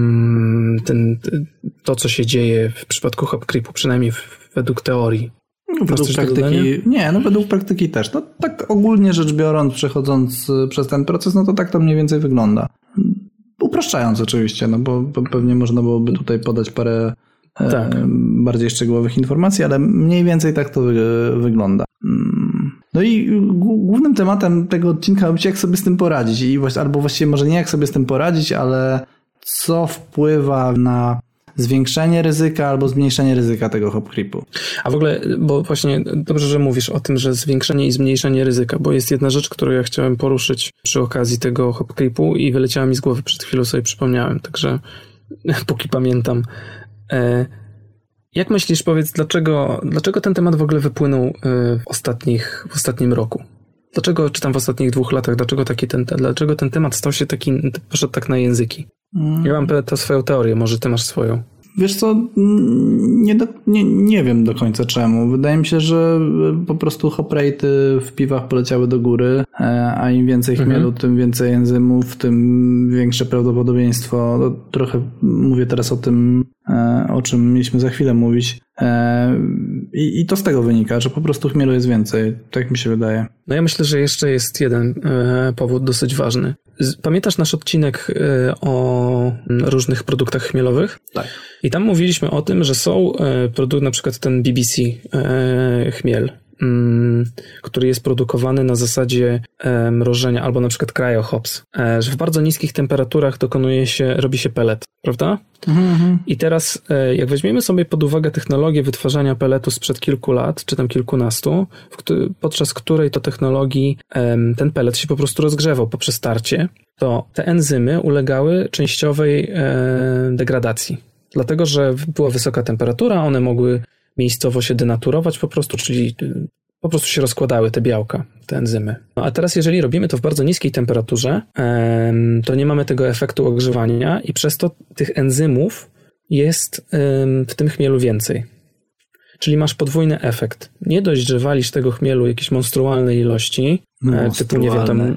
to, co się dzieje w przypadku hop creepu, przynajmniej według teorii. Według praktyki, według praktyki też. No tak ogólnie rzecz biorąc, przechodząc przez ten proces, no to tak to mniej więcej wygląda. Upraszczając oczywiście, no bo pewnie można byłoby tutaj podać parę bardziej szczegółowych informacji, ale mniej więcej tak to wygląda. No i głównym tematem tego odcinka będzie jak sobie z tym poradzić. Albo właściwie może nie jak sobie z tym poradzić, ale co wpływa na zwiększenie ryzyka albo zmniejszenie ryzyka tego hop creepu. A w ogóle, bo właśnie dobrze, że mówisz o tym, że zwiększenie i zmniejszenie ryzyka, bo jest jedna rzecz, którą ja chciałem poruszyć przy okazji tego hop creepu i wyleciała mi z głowy, przed chwilą sobie przypomniałem, także póki pamiętam. Jak myślisz, powiedz, dlaczego ten temat w ogóle wypłynął w ostatnim roku? Dlaczego, czy tam w ostatnich 2 latach, dlaczego ten temat stał się taki, poszedł tak na języki? Ja mam tę swoją teorię, może ty masz swoją. Wiesz co, nie wiem do końca czemu. Wydaje mi się, że po prostu hop rate'y w piwach poleciały do góry, a im więcej chmielu, tym więcej enzymów, tym większe prawdopodobieństwo. No, trochę mówię teraz o tym, o czym mieliśmy za chwilę mówić. I to z tego wynika, że po prostu chmielu jest więcej. Tak mi się wydaje. No ja myślę, że jeszcze jest jeden powód dosyć ważny. Pamiętasz nasz odcinek o różnych produktach chmielowych? Tak. I tam mówiliśmy o tym, że są produkty, na przykład ten BBC chmiel, który jest produkowany na zasadzie mrożenia, albo na przykład cryo hops, że w bardzo niskich temperaturach robi się pellet, prawda? I teraz jak weźmiemy sobie pod uwagę technologię wytwarzania pelletu sprzed kilku lat, czy tam kilkunastu, podczas której to technologii ten pellet się po prostu rozgrzewał po przestarcie, to te enzymy ulegały częściowej degradacji. Dlatego, że była wysoka temperatura, one mogły miejscowo się denaturować po prostu, czyli po prostu się rozkładały te białka, te enzymy. No a teraz jeżeli robimy to w bardzo niskiej temperaturze, to nie mamy tego efektu ogrzewania i przez to tych enzymów jest w tym chmielu więcej. Czyli masz podwójny efekt. Nie dość, że walisz tego chmielu jakieś monstrualne ilości, typu nie wiem tam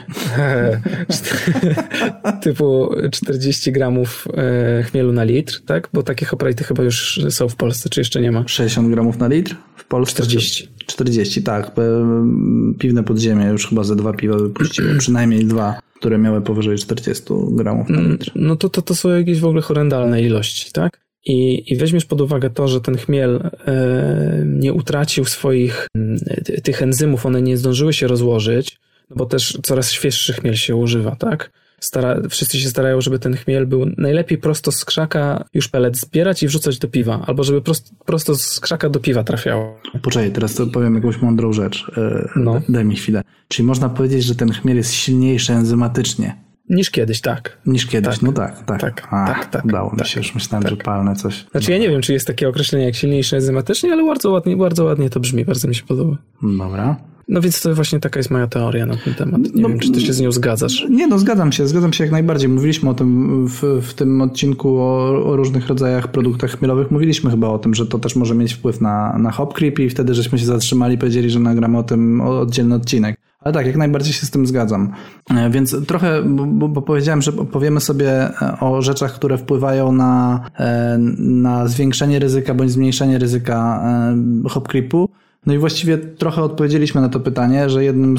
typu 40 gramów chmielu na litr, tak? Bo takie hop rate'y chyba już są w Polsce, czy jeszcze nie ma? 60 gramów na litr? W Polsce 40, tak. Piwne podziemie już chyba ze 2 piwa wypuściło, przynajmniej 2, które miały powyżej 40 gramów na litr. No to są jakieś w ogóle horrendalne ilości, tak? I weźmiesz pod uwagę to, że ten chmiel nie utracił swoich tych enzymów, one nie zdążyły się rozłożyć, no bo też coraz świeższy chmiel się używa, tak? Wszyscy się starają, żeby ten chmiel był najlepiej prosto z krzaka już pellet zbierać i wrzucać do piwa, albo żeby prosto z krzaka do piwa trafiało. Poczekaj, teraz to powiem jakąś mądrą rzecz. No. Daj mi chwilę. Czyli można powiedzieć, że ten chmiel jest silniejszy enzymatycznie. Niż kiedyś, tak. Niż kiedyś, tak. no tak. Udało mi się, już myślałem, że palne coś. Znaczy ja nie wiem, czy jest takie określenie jak silniejsze enzymatycznie, ale bardzo ładnie to brzmi, bardzo mi się podoba. Dobra. No więc to właśnie taka jest moja teoria na ten temat. Nie wiem, czy ty się z nią zgadzasz. Nie, no zgadzam się jak najbardziej. Mówiliśmy o tym w tym odcinku o różnych rodzajach produktach chmielowych. Mówiliśmy chyba o tym, że to też może mieć wpływ na hop creep i wtedy żeśmy się zatrzymali i powiedzieli, że nagramy o tym oddzielny odcinek. Ale tak, jak najbardziej się z tym zgadzam. Więc trochę, bo powiedziałem, że powiemy sobie o rzeczach, które wpływają na zwiększenie ryzyka bądź zmniejszenie ryzyka hop creepu. No i właściwie trochę odpowiedzieliśmy na to pytanie, że jednym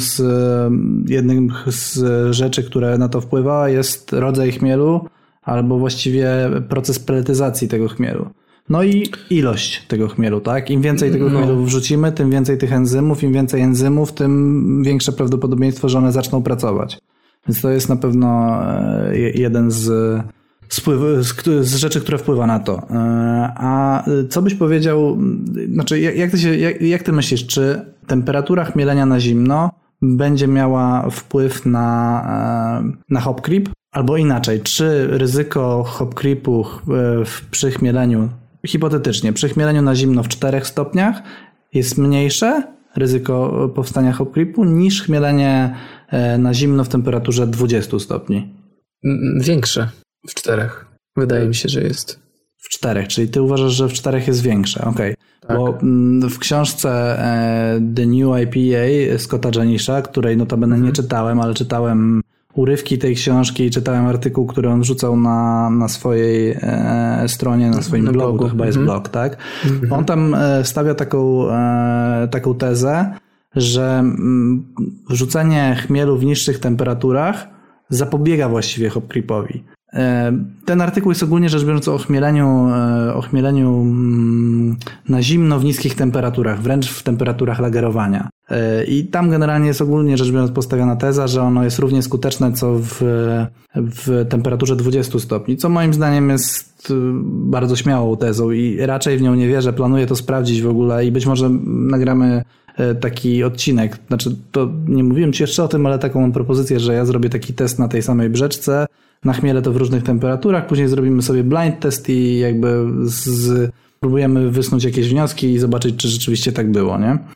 z rzeczy, które na to wpływa, jest rodzaj chmielu albo właściwie proces pelletyzacji tego chmielu. No i ilość tego chmielu, tak? Im więcej tego chmielu wrzucimy, tym więcej tych enzymów, im więcej enzymów, tym większe prawdopodobieństwo, że one zaczną pracować. Więc to jest na pewno jeden z rzeczy, które wpływa na to. A co byś powiedział, znaczy jak ty myślisz, czy temperatura chmielenia na zimno będzie miała wpływ na hop creep? Albo inaczej, czy ryzyko hop creepu przy chmieleniu, hipotetycznie, przy chmieleniu na zimno w 4 stopniach jest mniejsze ryzyko powstania hop creepu niż chmielenie na zimno w temperaturze 20 stopni? Większe. W 4. Wydaje mi się, że jest. W 4, czyli ty uważasz, że w 4 jest większe. Okej. Tak. Bo w książce The New IPA Scotta Janisha, której notabene nie czytałem, ale czytałem urywki tej książki i czytałem artykuł, który on wrzucał na swojej stronie, na swoim blogu, to chyba jest blog, tak? On tam stawia taką tezę, że wrzucenie chmielu w niższych temperaturach zapobiega właściwie hop creepowi. Ten artykuł jest ogólnie rzecz biorąc o chmieleniu na zimno w niskich temperaturach, wręcz w temperaturach lagerowania. I tam generalnie jest ogólnie rzecz biorąc postawiona teza, że ono jest równie skuteczne co w temperaturze 20 stopni, co moim zdaniem jest bardzo śmiałą tezą i raczej w nią nie wierzę, planuję to sprawdzić w ogóle i być może nagramy taki odcinek, znaczy to nie mówiłem ci jeszcze o tym, ale taką mam propozycję, że ja zrobię taki test na tej samej brzeczce, nachmielę to w różnych temperaturach, później zrobimy sobie blind test i jakby próbujemy wysnuć jakieś wnioski i zobaczyć, czy rzeczywiście tak było, nie?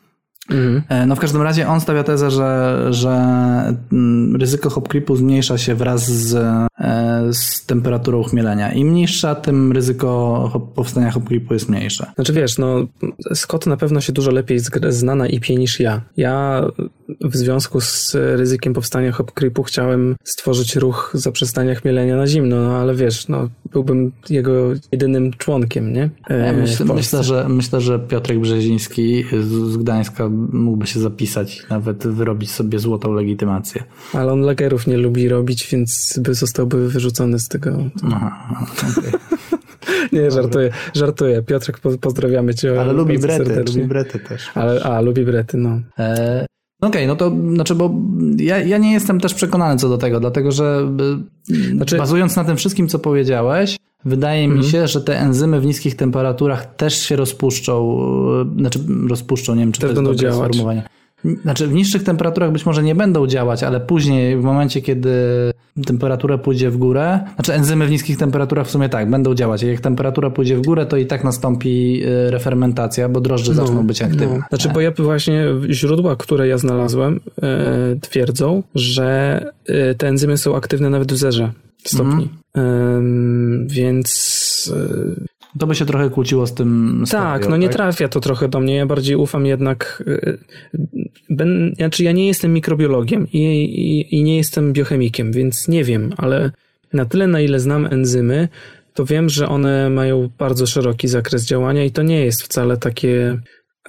No w każdym razie on stawia tezę, że ryzyko hop creepu zmniejsza się wraz z temperaturą chmielenia. Im niższa, tym ryzyko powstania hop creepu jest mniejsze. Znaczy wiesz, no Scott na pewno się dużo lepiej zna na IPA niż ja. Ja w związku z ryzykiem powstania hop creepu chciałem stworzyć ruch zaprzestania chmielenia na zimno, no ale wiesz, no byłbym jego jedynym członkiem, nie? Myślę, że Piotrek Brzeziński z Gdańska mógłby się zapisać i nawet wyrobić sobie złotą legitymację. Ale on lagerów nie lubi robić, więc zostałby wyrzucony z tego. Aha, okay. Nie, żartuję. Piotrek, pozdrawiamy cię. Ale lubi brety też. Lubi brety, no. Okej, no to znaczy, bo ja nie jestem też przekonany co do tego, dlatego że bazując na tym wszystkim, co powiedziałeś, wydaje mi się, że te enzymy w niskich temperaturach też się rozpuszczą, nie wiem, czy to jest dobre sformułowanie. Znaczy w niższych temperaturach być może nie będą działać, ale później w momencie, kiedy temperatura pójdzie w górę, znaczy enzymy w niskich temperaturach w sumie tak, będą działać. Jak temperatura pójdzie w górę, to i tak nastąpi refermentacja, bo drożdże zaczną być aktywne. Znaczy, bo ja właśnie źródła, które ja znalazłem, twierdzą, że te enzymy są aktywne nawet w zerze stopni. Więc... To by się trochę kłóciło z tym... Tak, nie trafia to trochę do mnie. Ja bardziej ufam jednak... ja nie jestem mikrobiologiem i nie jestem biochemikiem, więc nie wiem, ale na tyle, na ile znam enzymy, to wiem, że one mają bardzo szeroki zakres działania i to nie jest wcale takie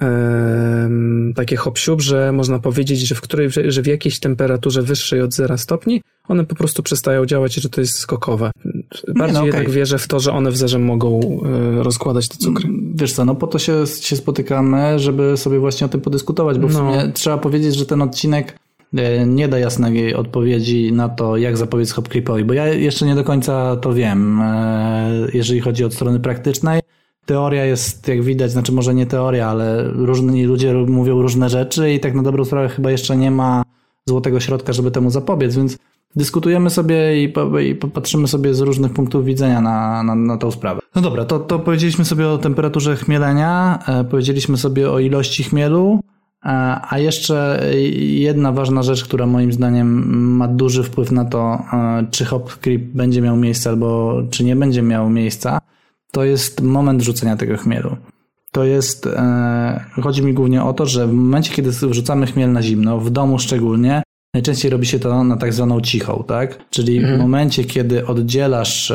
hop-siup, że można powiedzieć, że w jakiejś temperaturze wyższej od 0 stopni one po prostu przestają działać i że to jest skokowe. Bardziej jednak wierzę w to, że one w zerze mogą rozkładać te cukry. Wiesz co, po to się spotykamy, żeby sobie właśnie o tym podyskutować, bo w sumie trzeba powiedzieć, że ten odcinek nie da jasnej odpowiedzi na to, jak zapobiec hop creepowi, bo ja jeszcze nie do końca to wiem, jeżeli chodzi od strony praktycznej. Teoria jest, jak widać, znaczy może nie teoria, ale różni ludzie mówią różne rzeczy i tak na dobrą sprawę chyba jeszcze nie ma złotego środka, żeby temu zapobiec, więc dyskutujemy sobie i patrzymy sobie z różnych punktów widzenia na tą sprawę. No dobra, to powiedzieliśmy sobie o temperaturze chmielenia, powiedzieliśmy sobie o ilości chmielu, a jeszcze jedna ważna rzecz, która moim zdaniem ma duży wpływ na to, czy hop creep będzie miał miejsce albo czy nie będzie miał miejsca, to jest moment rzucenia tego chmielu. To jest, chodzi mi głównie o to, że w momencie, kiedy wrzucamy chmiel na zimno, w domu szczególnie, najczęściej robi się to na tak zwaną cichą, tak? Czyli w momencie, kiedy oddzielasz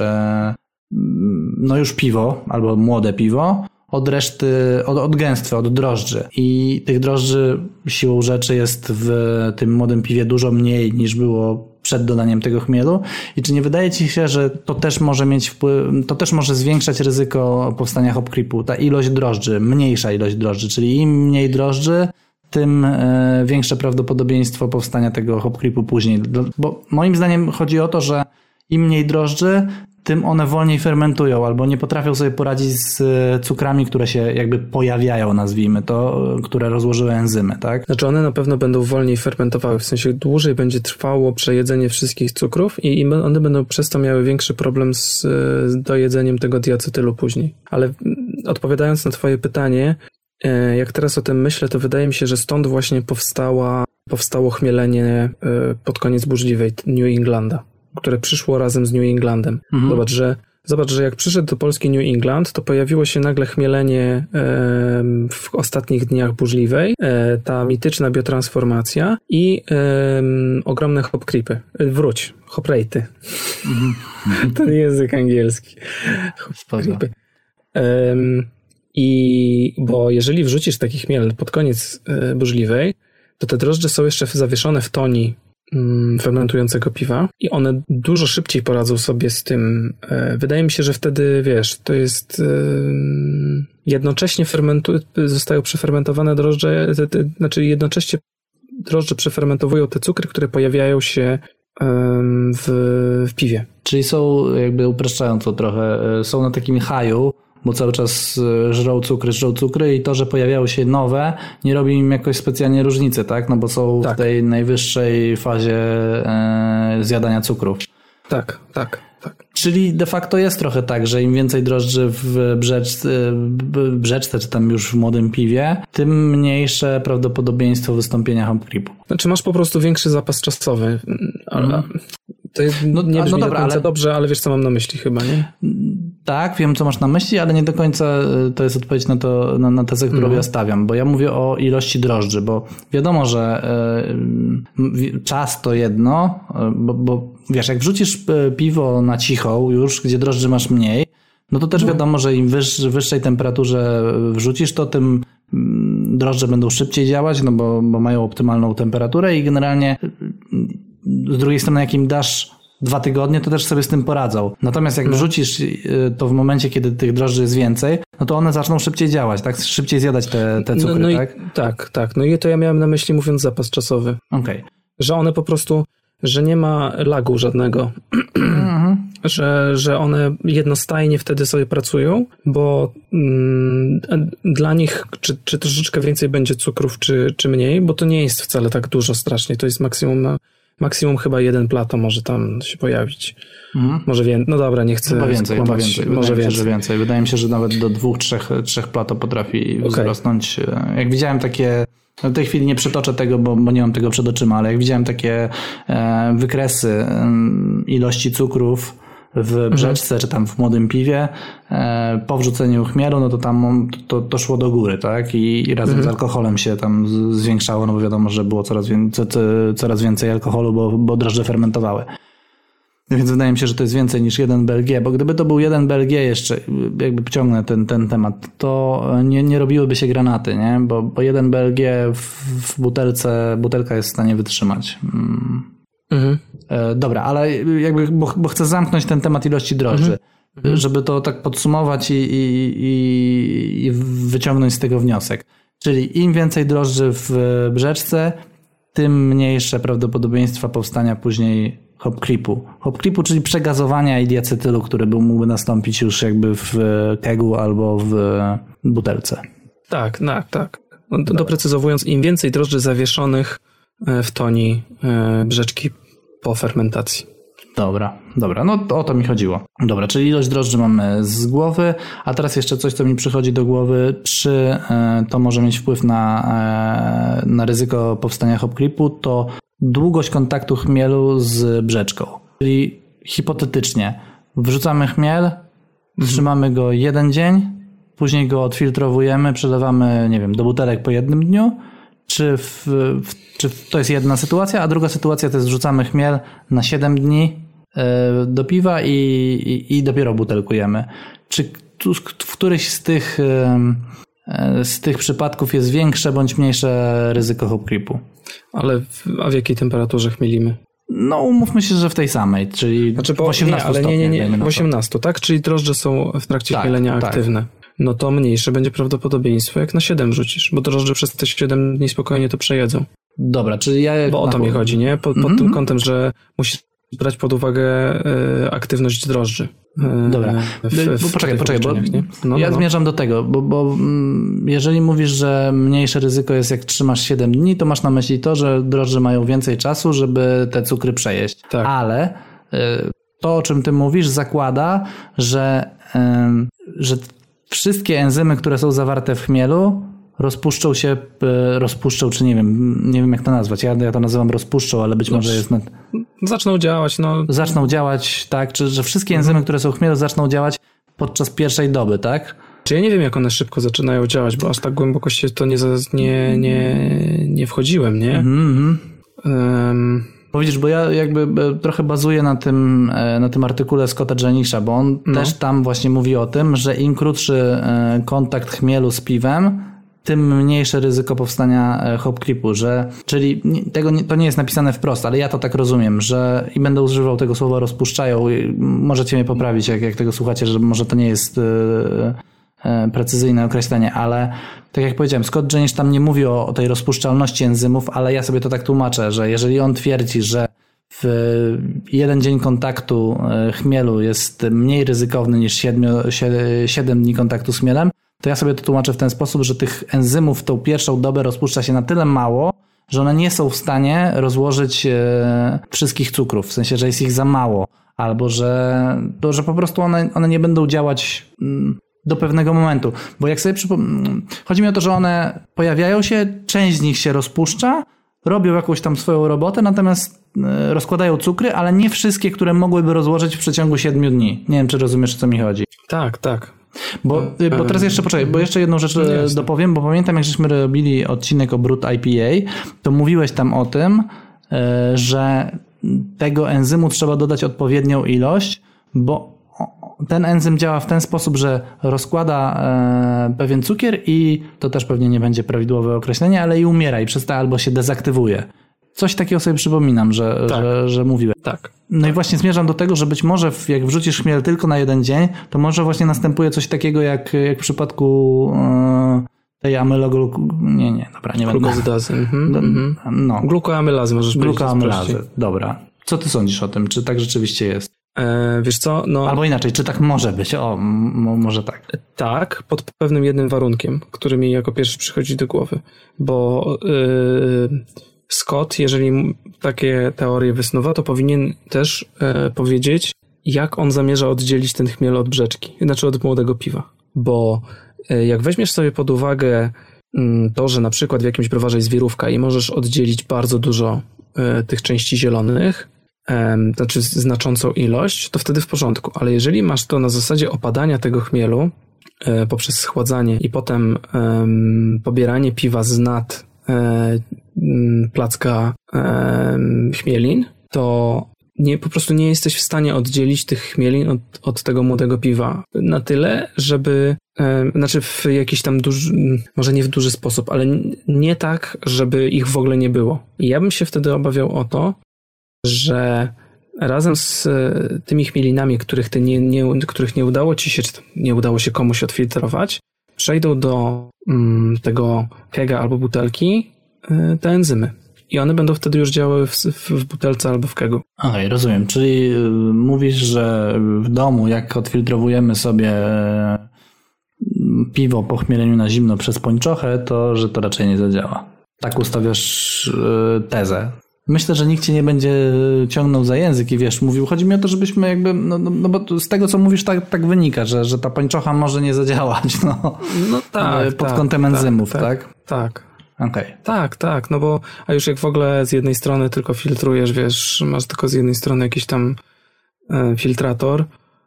już piwo albo młode piwo od reszty, od gęstwa, od drożdży. I tych drożdży siłą rzeczy jest w tym młodym piwie dużo mniej niż było przed dodaniem tego chmielu. I czy nie wydaje ci się, że to też może mieć wpływ, to też może zwiększać ryzyko powstania hop creepu? Ta ilość drożdży, mniejsza ilość drożdży, czyli im mniej drożdży, tym większe prawdopodobieństwo powstania tego hop creepu później. Bo moim zdaniem chodzi o to, że im mniej drożdży, tym one wolniej fermentują albo nie potrafią sobie poradzić z cukrami, które się jakby pojawiają, nazwijmy to, które rozłożyły enzymy, tak? Znaczy one na pewno będą wolniej fermentowały, w sensie dłużej będzie trwało przejedzenie wszystkich cukrów i one będą przez to miały większy problem z dojedzeniem tego diacetylu później. Ale odpowiadając na twoje pytanie, jak teraz o tym myślę, to wydaje mi się, że stąd właśnie powstało chmielenie pod koniec burzliwej New Englanda, które przyszło razem z New Englandem. Zobacz, że jak przyszedł do Polski New England, to pojawiło się nagle chmielenie w ostatnich dniach burzliwej, ta mityczna biotransformacja i ogromne hop creepy. Hop rate'y. To język angielski. Hop creepy. Bo jeżeli wrzucisz taki chmiel pod koniec burzliwej, to te drożdże są jeszcze zawieszone w toni fermentującego piwa i one dużo szybciej poradzą sobie z tym. Wydaje mi się, że wtedy, to jest jednocześnie zostają przefermentowane drożdże, znaczy jednocześnie drożdże przefermentowują te cukry, które pojawiają się w piwie. Czyli są, jakby upraszczając to trochę, są na takim haju, bo cały czas żrą cukry i to, że pojawiały się nowe, nie robi im jakoś specjalnie różnicy, tak? No bo są w tej najwyższej fazie zjadania cukrów. Tak. Czyli de facto jest trochę tak, że im więcej drożdży w brzeczce, czy tam już w młodym piwie, tym mniejsze prawdopodobieństwo wystąpienia hop creepu. Znaczy masz po prostu większy zapas czasowy. To jest, nie brzmi do końca dobrze, ale wiesz, co mam na myśli chyba, nie? Tak, wiem, co masz na myśli, ale nie do końca to jest odpowiedź na tezę, którą ja stawiam, bo ja mówię o ilości drożdży, bo wiadomo, że czas to jedno, bo wiesz, jak wrzucisz piwo na cichą już, gdzie drożdży masz mniej, no to też wiadomo, że im wyższej temperaturze wrzucisz, to tym drożdże będą szybciej działać, no bo mają optymalną temperaturę i generalnie z drugiej strony, jak im dasz 2 tygodnie, to też sobie z tym poradzą. Natomiast jak wrzucisz to w momencie, kiedy tych drożdży jest więcej, no to one zaczną szybciej działać, tak? Szybciej zjadać te cukry, tak? Tak. No i to ja miałem na myśli, mówiąc zapas czasowy. Okej. Że one po prostu, że nie ma lagu żadnego. Że one jednostajnie wtedy sobie pracują, bo dla nich czy troszeczkę więcej będzie cukrów, czy mniej, bo to nie jest wcale tak dużo strasznie. To jest maksimum chyba 1 plato może tam się pojawić. Może więcej. No dobra, nie chcę więcej. Może więcej. Wydaje mi się, że nawet do 2-3 plato potrafi wzrosnąć. Jak widziałem takie, w tej chwili nie przytoczę tego, bo nie mam tego przed oczyma, ale jak widziałem takie wykresy ilości cukrów w brzeczce, czy tam w młodym piwie, po wrzuceniu chmielu, no to tam to szło do góry, tak? I razem z alkoholem się tam zwiększało, no bo wiadomo, że było coraz więcej alkoholu, bo drożdże fermentowały. Więc wydaje mi się, że to jest więcej niż 1 BLG, bo gdyby to był 1 BLG jeszcze, jakby pociągnę ten temat, to nie robiłyby się granaty, nie? Bo 1 BLG w butelka jest w stanie wytrzymać. Dobra, ale jakby, bo chcę zamknąć ten temat ilości drożdży, żeby to tak podsumować i wyciągnąć z tego wniosek. Czyli im więcej drożdży w brzeczce, tym mniejsze prawdopodobieństwa powstania później hop creepu. Hop creepu, czyli przegazowania i diacetylu, który mógłby nastąpić już jakby w kegu albo w butelce. Tak. Doprecyzowując, im więcej drożdży zawieszonych w toni brzeczki po fermentacji. Dobra, no o to mi chodziło. Dobra, czyli ilość drożdży mamy z głowy, a teraz jeszcze coś, co mi przychodzi do głowy, czy to może mieć wpływ na ryzyko powstania hop creepu, to długość kontaktu chmielu z brzeczką. Czyli hipotetycznie wrzucamy chmiel, trzymamy go 1 dzień, później go odfiltrowujemy, przelewamy, nie wiem, do butelek po 1 dniu, czy to jest jedna sytuacja, a druga sytuacja to jest wrzucamy chmiel na 7 dni do piwa i dopiero butelkujemy. Czy w któryś z tych przypadków jest większe bądź mniejsze ryzyko hop creepu? A w jakiej temperaturze chmielimy? No umówmy się, że w tej samej, czyli w 18 stopniach. Nie, w 18, tak? Czyli drożdże są w trakcie chmielenia aktywne. No to mniejsze będzie prawdopodobieństwo, jak na 7 wrzucisz, bo drożdże przez te 7 dni spokojnie to przejedzą. Dobra, czyli bo o to mi chodzi, nie? Pod tym kątem, że musisz brać pod uwagę aktywność drożdży. Dobra, poczekaj, bo ja zmierzam do tego, bo jeżeli mówisz, że mniejsze ryzyko jest jak trzymasz 7 dni, to masz na myśli to, że drożdże mają więcej czasu, żeby te cukry przejeść. Tak. Ale to, o czym ty mówisz, zakłada, że wszystkie enzymy, które są zawarte w chmielu, rozpuszczą, czy nie wiem jak to nazwać. Ja to nazywam rozpuszczą, ale być może jest... Zaczną działać, Zaczną działać, tak? Czy że wszystkie enzymy, które są w chmielu, zaczną działać podczas pierwszej doby, tak? Czy ja nie wiem, jak one szybko zaczynają działać, bo aż tak głęboko się to nie wchodziłem, nie? Bo widzisz, bo ja jakby trochę bazuję na tym artykule Scotta Janisha, bo on też tam właśnie mówi o tym, że im krótszy kontakt chmielu z piwem, tym mniejsze ryzyko powstania hop creepu, czyli to nie jest napisane wprost, ale ja to tak rozumiem, że i będę używał tego słowa rozpuszczają, możecie mnie poprawić, jak tego słuchacie, że może to nie jest precyzyjne określenie, ale tak jak powiedziałem, Scott Janish tam nie mówi o tej rozpuszczalności enzymów, ale ja sobie to tak tłumaczę, że jeżeli on twierdzi, że w 1 dzień kontaktu chmielu jest mniej ryzykowny niż 7 dni kontaktu z chmielem, to ja sobie to tłumaczę w ten sposób, że tych enzymów w tą pierwszą dobę rozpuszcza się na tyle mało, że one nie są w stanie rozłożyć wszystkich cukrów, w sensie, że jest ich za mało, albo że po prostu one nie będą działać do pewnego momentu. Bo jak sobie chodzi mi o to, że one pojawiają się, część z nich się rozpuszcza, robią jakąś tam swoją robotę, natomiast rozkładają cukry, ale nie wszystkie, które mogłyby rozłożyć w przeciągu 7 dni. Nie wiem, czy rozumiesz, o co mi chodzi. Tak. Bo teraz jeszcze poczekaj, bo jeszcze jedną rzecz dopowiem, bo pamiętam, jak żeśmy robili odcinek o Brut IPA, to mówiłeś tam o tym, że tego enzymu trzeba dodać odpowiednią ilość, bo ten enzym działa w ten sposób, że rozkłada pewien cukier i to też pewnie nie będzie prawidłowe określenie, ale i umiera i przestaje albo się dezaktywuje. Coś takiego sobie przypominam, że mówiłem. Tak. No i właśnie zmierzam do tego, że być może jak wrzucisz chmiel tylko na jeden dzień, to może właśnie następuje coś takiego jak w przypadku tej glukozydazy. No. Glukoamylazy możesz powiedzieć. Glukoamylazy, dobra. Co ty sądzisz o tym? Czy tak rzeczywiście jest? Wiesz co? No, albo inaczej, czy tak może być? Może tak. Tak, pod pewnym jednym warunkiem, który mi jako pierwszy przychodzi do głowy. Bo Scott, jeżeli takie teorie wysnuwa, to powinien też powiedzieć, jak on zamierza oddzielić ten chmiel od brzeczki, znaczy od młodego piwa. Bo jak weźmiesz sobie pod uwagę to, że na przykład w jakimś browarze jest wirówka i możesz oddzielić bardzo dużo tych części zielonych, znaczy znaczącą ilość, to wtedy w porządku. Ale jeżeli masz to na zasadzie opadania tego chmielu poprzez schładzanie i potem pobieranie piwa z nad placka chmielin, to po prostu nie jesteś w stanie oddzielić tych chmielin od tego młodego piwa na tyle, żeby znaczy w jakiś tam może nie w duży sposób, ale nie tak, żeby ich w ogóle nie było. I ja bym się wtedy obawiał o to, że razem z tymi chmielinami, których nie udało ci się, czy nie udało się komuś odfiltrować, przejdą do tego kega albo butelki te enzymy. I one będą wtedy już działały w butelce albo w kegu. Okej, rozumiem. Czyli mówisz, że w domu, jak odfiltrowujemy sobie piwo po chmieleniu na zimno przez pończochę, to że to raczej nie zadziała. Tak ustawiasz tezę. Myślę, że nikt cię nie będzie ciągnął za język i mówił, chodzi mi o to, żebyśmy jakby, no bo z tego, co mówisz, tak wynika, że ta pończocha może nie zadziałać, no tak, pod kątem enzymów, tak? Tak. Okay. Tak, no bo, a już jak w ogóle z jednej strony tylko filtrujesz, masz tylko z jednej strony jakiś tam filtrator,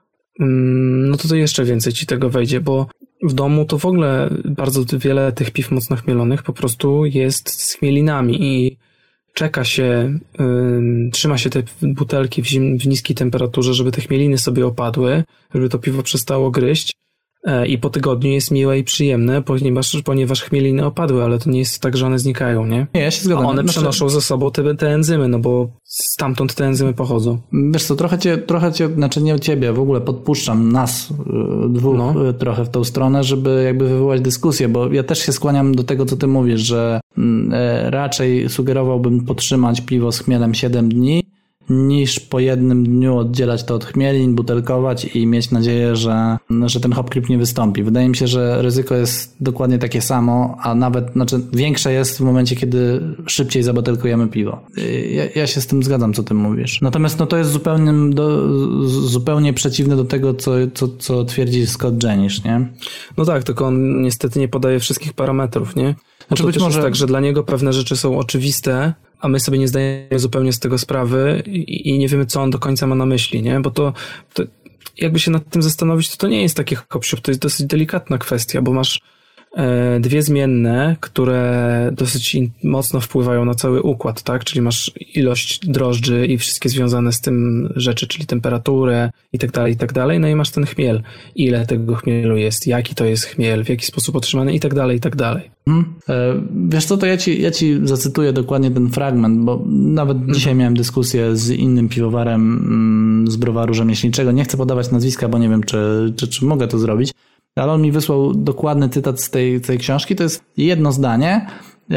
no to jeszcze więcej ci tego wejdzie, bo w domu to w ogóle bardzo wiele tych piw mocno chmielonych po prostu jest z chmielinami i czeka się, trzyma się te butelki w niskiej temperaturze, żeby te chmieliny sobie opadły, żeby to piwo przestało gryźć. I po tygodniu jest miłe i przyjemne, ponieważ chmieliny opadły, ale to nie jest tak, że one znikają, nie? Nie, ja się zgadzam. A one przenoszą ze sobą te enzymy, no bo stamtąd te enzymy pochodzą. Wiesz co, trochę cię, znaczy nie ciebie, w ogóle podpuszczam nas dwóch trochę w tą stronę, żeby jakby wywołać dyskusję, bo ja też się skłaniam do tego, co ty mówisz, że raczej sugerowałbym podtrzymać piwo z chmielem 7 dni, niż po jednym dniu oddzielać to od chmielin, butelkować i mieć nadzieję, że ten hop creep nie wystąpi. Wydaje mi się, że ryzyko jest dokładnie takie samo, a nawet większe jest w momencie, kiedy szybciej zabutelkujemy piwo. Ja się z tym zgadzam, co ty mówisz. Natomiast to jest zupełnie przeciwne do tego, co twierdzi Scott Jenisch, nie? No tak, tylko on niestety nie podaje wszystkich parametrów, nie? Znaczy być może jest tak, że dla niego pewne rzeczy są oczywiste, a my sobie nie zdajemy zupełnie z tego sprawy i nie wiemy, co on do końca ma na myśli, nie? Bo to jakby się nad tym zastanowić, to nie jest takie hop-siup, to jest dosyć delikatna kwestia, bo masz dwie zmienne, które dosyć mocno wpływają na cały układ, tak? Czyli masz ilość drożdży i wszystkie związane z tym rzeczy, czyli temperaturę i tak dalej, no i masz ten chmiel. Ile tego chmielu jest, jaki to jest chmiel, w jaki sposób otrzymany i tak dalej. Wiesz co, to ja ci zacytuję dokładnie ten fragment, bo nawet dzisiaj miałem dyskusję z innym piwowarem z browaru rzemieślniczego. Nie chcę podawać nazwiska, bo nie wiem, czy mogę to zrobić, ale on mi wysłał dokładny cytat z tej książki. To jest jedno zdanie,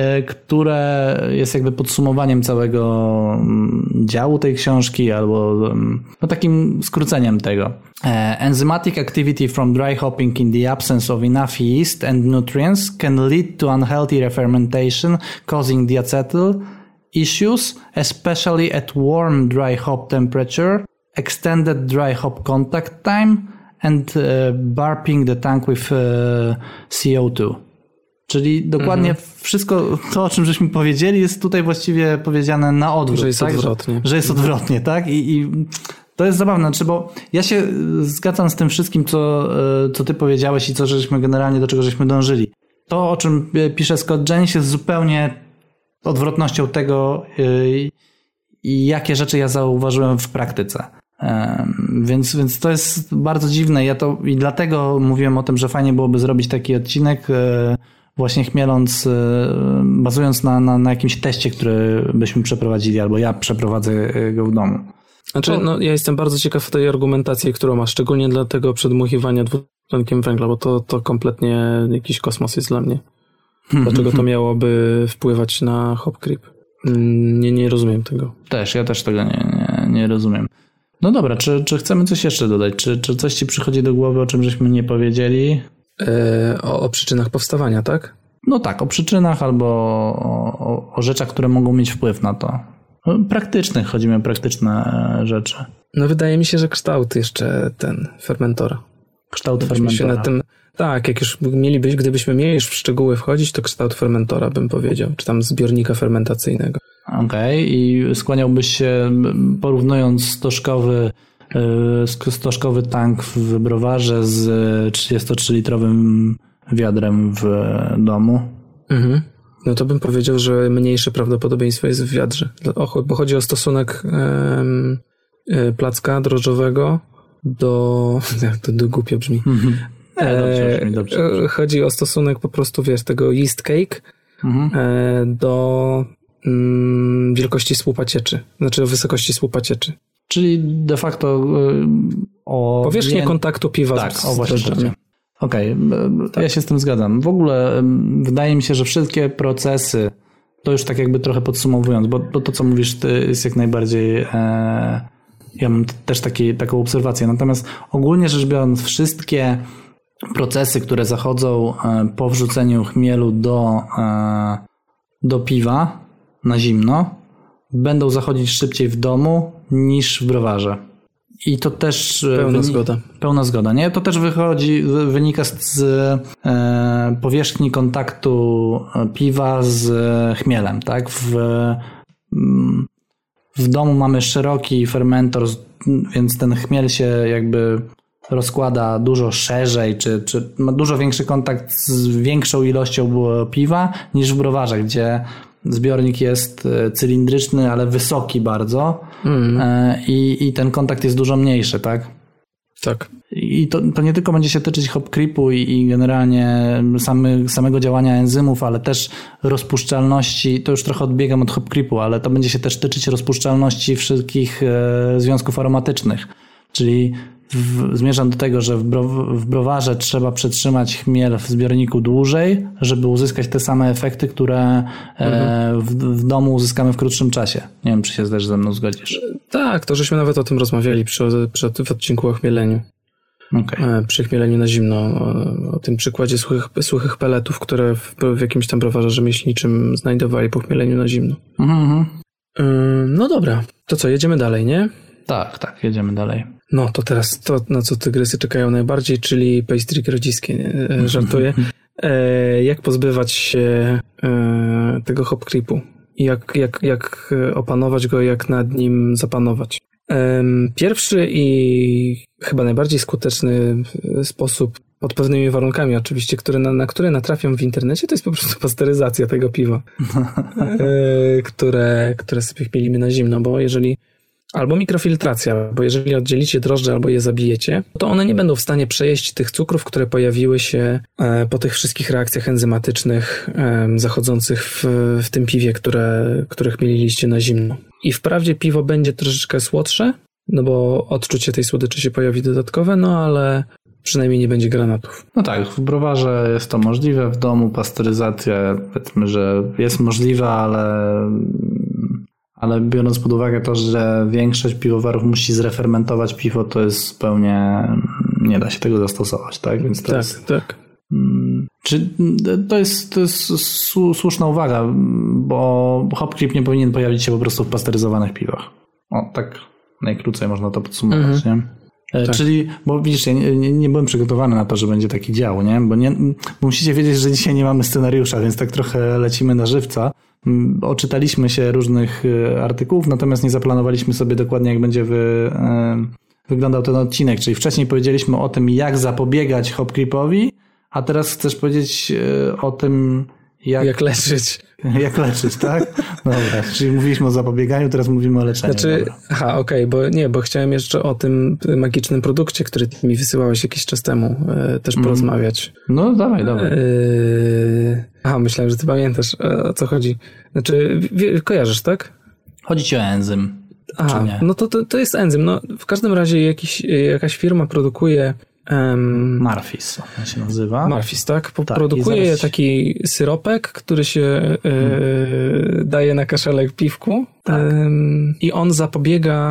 które jest jakby podsumowaniem całego działu tej książki albo takim skróceniem tego. Enzymatic activity from dry hopping in the absence of enough yeast and nutrients can lead to unhealthy refermentation, causing diacetyl issues, especially at warm dry hop temperature extended dry hop contact time and burping the tank with CO2. Czyli dokładnie wszystko to, o czym żeśmy powiedzieli, jest tutaj właściwie powiedziane na odwrót. Że jest odwrotnie. Że jest odwrotnie, tak? I to jest zabawne, bo ja się zgadzam z tym wszystkim, co ty powiedziałeś i co żeśmy generalnie, do czego żeśmy dążyli. To, o czym pisze Scott Jenisch, jest zupełnie odwrotnością tego, jakie rzeczy ja zauważyłem w praktyce. Więc to jest bardzo dziwne. I dlatego mówiłem o tym, że fajnie byłoby zrobić taki odcinek, właśnie chmieląc, bazując na jakimś teście, który byśmy przeprowadzili, albo ja przeprowadzę go w domu. Znaczy, ja jestem bardzo ciekaw tej argumentacji, którą masz, szczególnie dla tego przedmuchiwania dwutlenkiem węgla, bo to kompletnie jakiś kosmos jest dla mnie. Dlaczego to miałoby wpływać na hop creep? Nie rozumiem tego. Ja też tego nie rozumiem. No dobra, czy chcemy coś jeszcze dodać? Czy coś ci przychodzi do głowy, o czym żeśmy nie powiedzieli? O przyczynach powstawania, tak? No tak, o przyczynach albo o rzeczach, które mogą mieć wpływ na to. Praktycznych, chodzi mi o praktyczne rzeczy. No wydaje mi się, że kształt jeszcze fermentora. Kształt fermentora. Na tym, tak, jak już gdybyśmy mieli już w szczegóły wchodzić, to kształt fermentora bym powiedział, czy tam zbiornika fermentacyjnego. Okej, i skłaniałbyś się, porównując stożkowy tank w browarze z 33-litrowym wiadrem w domu? Mhm. No to bym powiedział, że mniejsze prawdopodobieństwo jest w wiadrze. Bo chodzi o stosunek placka drożdżowego do głupio brzmi. Dobrze. Chodzi o stosunek po prostu, tego yeast cake do wielkości słupa cieczy. Znaczy wysokości słupa cieczy. Czyli de facto o powierzchnię kontaktu piwa z drożdżami. Okej, ja się z tym zgadzam. W ogóle wydaje mi się, że wszystkie procesy, to już tak jakby trochę podsumowując, bo to, co mówisz, to jest jak najbardziej... Ja mam też taką obserwację. Natomiast ogólnie rzecz biorąc, wszystkie procesy, które zachodzą po wrzuceniu chmielu do piwa na zimno, będą zachodzić szybciej w domu niż w browarze. I to też... Pełna zgoda, nie? To też wynika z powierzchni kontaktu piwa z chmielem, tak? W domu mamy szeroki fermentor, więc ten chmiel się jakby rozkłada dużo szerzej, czy ma dużo większy kontakt z większą ilością piwa niż w browarze, gdzie zbiornik jest cylindryczny, ale wysoki bardzo i ten kontakt jest dużo mniejszy, tak? Tak. I to nie tylko będzie się tyczyć hop creepu i generalnie samego działania enzymów, ale też rozpuszczalności, to już trochę odbiegam od hop creepu, ale to będzie się też tyczyć rozpuszczalności wszystkich związków aromatycznych. Czyli zmierzam do tego, że w browarze trzeba przetrzymać chmiel w zbiorniku dłużej, żeby uzyskać te same efekty, które w domu uzyskamy w krótszym czasie. Nie wiem, czy się też ze mną zgodzisz. Tak, to żeśmy nawet o tym rozmawiali w odcinku o chmieleniu. Okay. Przy chmieleniu na zimno. O tym przykładzie suchych peletów, które w jakimś tam browarze rzemieślniczym znajdowali po chmieleniu na zimno. No dobra, to co, jedziemy dalej, nie? Tak, jedziemy dalej. No to teraz to, na co tygrysy czekają najbardziej, czyli pastryki rodzickie, żartuję. Jak pozbywać się tego hop creepu? Jak opanować go, jak nad nim zapanować? Pierwszy i chyba najbardziej skuteczny sposób, pod pewnymi warunkami oczywiście, na które natrafiam w internecie, to jest po prostu pasteryzacja tego piwa, które sobie chmielimy na zimno, bo albo mikrofiltracja, bo jeżeli oddzielicie drożdże albo je zabijecie, to one nie będą w stanie przejeść tych cukrów, które pojawiły się po tych wszystkich reakcjach enzymatycznych zachodzących w tym piwie, które chmieliliście na zimno. I wprawdzie piwo będzie troszeczkę słodsze, no bo odczucie tej słodyczy się pojawi dodatkowe, no ale przynajmniej nie będzie granatów. No tak, w browarze jest to możliwe, w domu pasteryzacja powiedzmy, że jest możliwa, ale biorąc pod uwagę to, że większość piwowarów musi zrefermentować piwo, to jest zupełnie... nie da się tego zastosować, tak? Więc to tak. Czy to jest słuszna uwaga, bo hop creep nie powinien pojawić się po prostu w pasteryzowanych piwach. O, tak Najkrócej można to podsumować, nie? Tak. Czyli, bo widzisz, ja nie byłem przygotowany na to, że będzie taki dział, nie? Bo musicie wiedzieć, że dzisiaj nie mamy scenariusza, więc tak trochę lecimy na żywca. Oczytaliśmy się różnych artykułów, natomiast nie zaplanowaliśmy sobie dokładnie, jak będzie wyglądał ten odcinek. Czyli wcześniej powiedzieliśmy o tym, jak zapobiegać hop creepowi, a teraz chcesz powiedzieć o tym, jak leczyć. Jak leczyć, tak? Dobra, czyli mówiliśmy o zapobieganiu, teraz mówimy o leczeniu. Bo chciałem jeszcze o tym magicznym produkcie, który mi wysyłałeś jakiś czas temu, też porozmawiać. No dawaj. Myślałem, że ty pamiętasz, o co chodzi. Znaczy, kojarzysz, tak? Chodzi ci o enzym. Czy nie? No to jest enzym. No, w każdym razie jakaś firma produkuje Marfis on się nazywa. Marfis, tak? Produkuje taki syropek, który się daje na kaszelek piwku i on zapobiega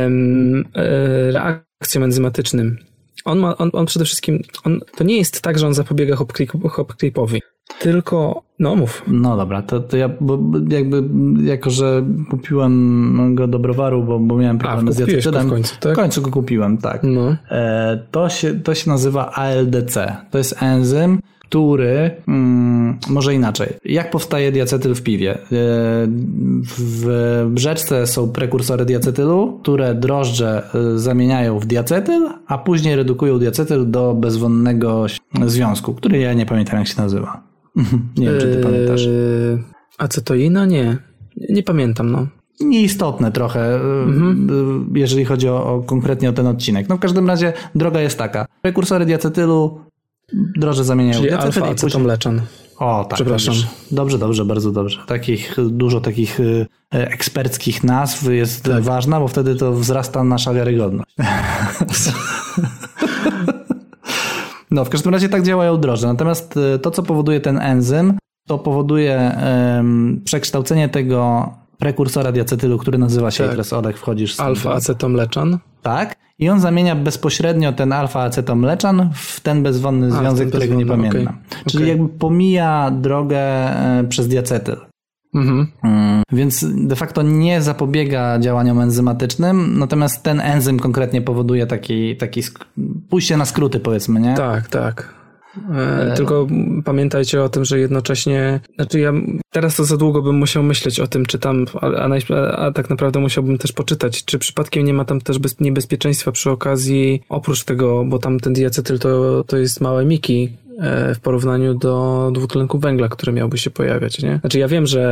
reakcjom enzymatycznym. On przede wszystkim, to nie jest tak, że on zapobiega hop creepowi, tylko, mów. No dobra, to ja, bo jakby, jako że kupiłem go do browaru, bo miałem problem z diacetylem. W końcu, tak? W końcu go kupiłem, tak. No. To się nazywa ALDC. To jest enzym, który, może inaczej. Jak powstaje diacetyl w piwie? W brzeczce są prekursory diacetylu, które drożdże zamieniają w diacetyl, a później redukują diacetyl do bezwonnego związku, który ja nie pamiętam, jak się nazywa. Nie wiem, czy ty pamiętasz. Acetoina? Nie pamiętam, no. Nieistotne trochę, jeżeli chodzi konkretnie o ten odcinek. No w każdym razie droga jest taka. Prekursory diacetylu drożdże zamieniają czyli diacetyl. Czyli alfa-acetomleczan. O, tak. Przepraszam. Dobrze, bardzo dobrze. Dużo takich eksperckich nazw jest ważna, bo wtedy to wzrasta nasza wiarygodność. No, w każdym razie tak działają drożdże. Natomiast to, co powoduje ten enzym, to powoduje przekształcenie tego prekursora diacetylu, który nazywa się, teraz Olek wchodzisz. Alfa-acetomleczan. Tak. I on zamienia bezpośrednio ten alfa-acetomleczan w ten bezwonny związek, którego nie pamiętam. Okay. Czyli jakby pomija drogę przez diacetyl. Więc de facto nie zapobiega działaniom enzymatycznym, natomiast ten enzym konkretnie powoduje taki pójście na skróty, powiedzmy, nie? Tak. Tylko pamiętajcie o tym, że jednocześnie, ja teraz to za długo bym musiał myśleć o tym, czy tam, a tak naprawdę musiałbym też poczytać, czy przypadkiem nie ma tam też niebezpieczeństwa przy okazji, oprócz tego, bo tam ten diacetyl to jest małe miki w porównaniu do dwutlenku węgla, który miałby się pojawiać, nie? Znaczy ja wiem, że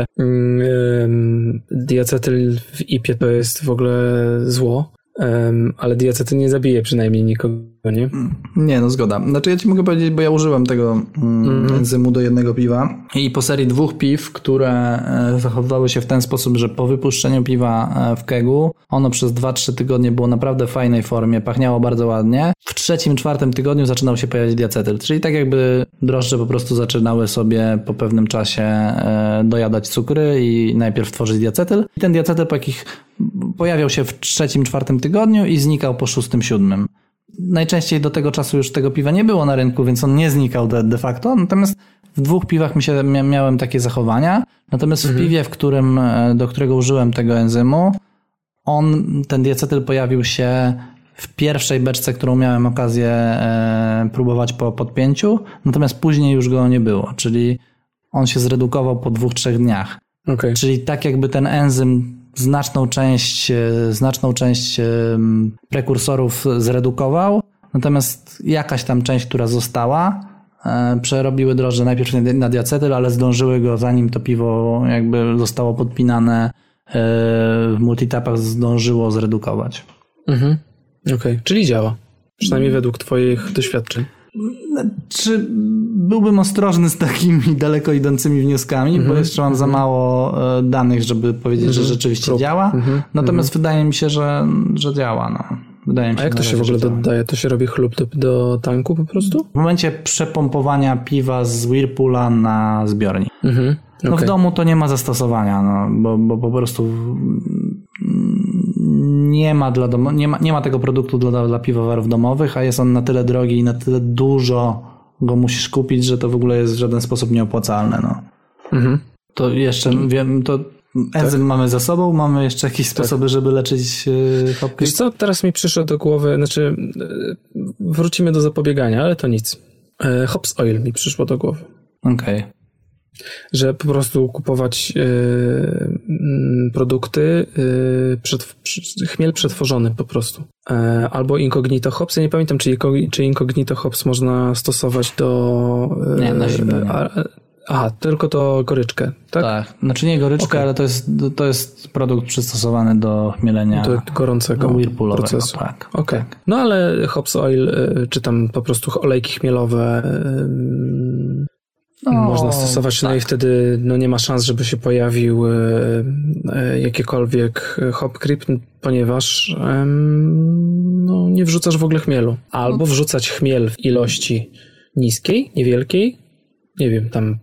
diacetyl w IPie to jest w ogóle zło, ale diacetyl nie zabije przynajmniej nikogo, nie? Nie, no zgoda. Znaczy ja ci mogę powiedzieć, bo ja użyłem tego enzymu do jednego piwa i po serii 2 piw, które zachowywały się w ten sposób, że po wypuszczeniu piwa w kegu, ono przez 2-3 tygodnie było naprawdę w fajnej formie, pachniało bardzo ładnie. W 3-4 tygodniu zaczynał się pojawiać diacetyl, czyli tak jakby drożdże po prostu zaczynały sobie po pewnym czasie dojadać cukry i najpierw tworzyć diacetyl. I ten diacetyl pojawiał się w 3-4 tygodniu i znikał po 6-7. Najczęściej do tego czasu już tego piwa nie było na rynku, więc on nie znikał de facto. Natomiast w 2 piwach miałem takie zachowania. Natomiast w piwie, do którego użyłem tego enzymu, ten diacetyl pojawił się w pierwszej beczce, którą miałem okazję próbować po podpięciu. Natomiast później już go nie było. Czyli on się zredukował po 2-3 dniach. Okay. Czyli tak jakby ten enzym znaczną część prekursorów zredukował, natomiast jakaś tam część, która została, przerobiły drożdże najpierw na diacetyl, ale zdążyły go, zanim to piwo jakby zostało podpinane w multitapach, zdążyło zredukować. Okej, czyli działa. Przynajmniej według twoich doświadczeń. Czy byłbym ostrożny z takimi daleko idącymi wnioskami, bo jeszcze mam za mało danych, żeby powiedzieć, że rzeczywiście działa. Natomiast wydaje mi się, że działa. No. Wydaje mi się, a jak to się w ogóle dodaje? To się robi chlub do tanku po prostu? W momencie przepompowania piwa z Whirlpoola na zbiornik. No w domu to nie ma zastosowania, bo po prostu nie ma tego produktu dla piwowarów domowych, a jest on na tyle drogi i na tyle dużo go musisz kupić, że to w ogóle jest w żaden sposób nieopłacalne. No. To jeszcze wiem, to enzym mamy za sobą, mamy jeszcze jakieś sposoby, żeby leczyć hop creep? Wiesz co, teraz mi przyszło do głowy, znaczy wrócimy do zapobiegania, ale to nic. Hops Oil mi przyszło do głowy. Okej. Że po prostu kupować produkty, chmiel przetworzony po prostu. Albo Incognito Hops. Ja nie pamiętam, czy Incognito Hops można stosować do... Nie, na zimno nie. Aha, tylko to goryczkę, tak? Tak, znaczy nie goryczka, ale to jest produkt przystosowany do chmielenia do gorącego procesu. Tak. Okay. No ale Hops Oil, czy tam po prostu olejki chmielowe można stosować, no i wtedy nie ma szans, żeby się pojawił jakiekolwiek hop creep, ponieważ nie wrzucasz w ogóle chmielu. Albo wrzucać chmiel w ilości niskiej, niewielkiej, nie wiem, tam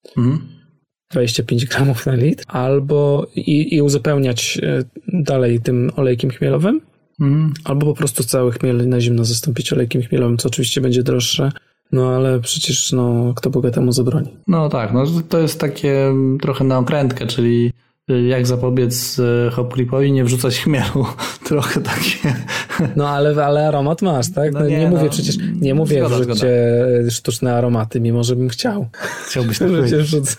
25 gramów na litr, albo i uzupełniać dalej tym olejkiem chmielowym, albo po prostu cały chmiel na zimno zastąpić olejkiem chmielowym, co oczywiście będzie droższe, no ale przecież kto Boga temu zabroni. No tak, to jest takie trochę na okrętkę, czyli jak zapobiec hop creepowi, nie wrzucać chmielu. Trochę takie. No ale aromat masz, tak? Nie mówię wrzućcie sztuczne aromaty, mimo że bym chciał. Chciałbyś tak powiedzieć.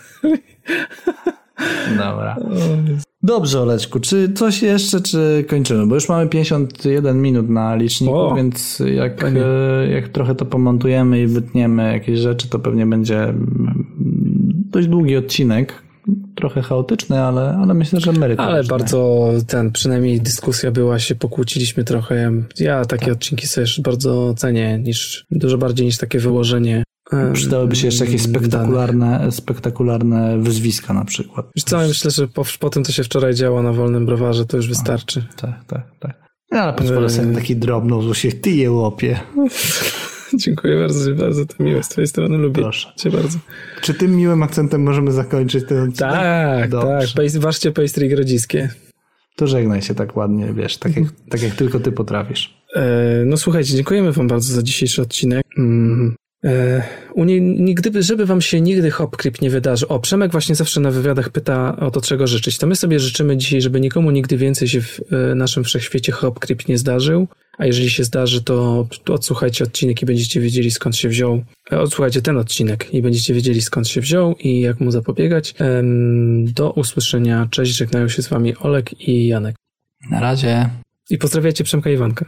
Dobra. Dobrze, Oleczku, czy coś jeszcze, czy kończymy? Bo już mamy 51 minut na liczniku, więc jak trochę to pomontujemy i wytniemy jakieś rzeczy, to pewnie będzie dość długi odcinek. Trochę chaotyczny, ale myślę, że merytoryczny. Ale bardzo przynajmniej dyskusja była, się pokłóciliśmy trochę. Ja takie odcinki sobie bardzo cenię, dużo bardziej niż takie wyłożenie. Przydałyby się jeszcze jakieś spektakularne wyzwiska na przykład. Wiesz co, myślę, że po tym, co się wczoraj działo na Wolnym Browarze, to już wystarczy. Tak. Ale pozwolę sobie taki drobną z usiech, ty je łopie. Dziękuję bardzo, to miłe z twojej strony, lubię. Proszę. Cię bardzo. Czy tym miłym akcentem możemy zakończyć ten odcinek? Tak. Ważcie pastry grodziskie. To żegnaj się tak ładnie, wiesz, tak jak tylko ty potrafisz. No słuchajcie, dziękujemy wam bardzo za dzisiejszy odcinek. Żeby wam się nigdy hop creep nie wydarzy. Przemek właśnie zawsze na wywiadach pyta o to, czego życzyć. To my sobie życzymy dzisiaj, żeby nikomu nigdy więcej się w naszym wszechświecie hop creep nie zdarzył. A jeżeli się zdarzy, to odsłuchajcie odcinek i będziecie wiedzieli, skąd się wziął. Odsłuchajcie ten odcinek i będziecie wiedzieli, skąd się wziął i jak mu zapobiegać. Do usłyszenia. Cześć, żegnają się z wami Olek i Janek. Na razie. I pozdrawiajcie Przemka i Iwanka.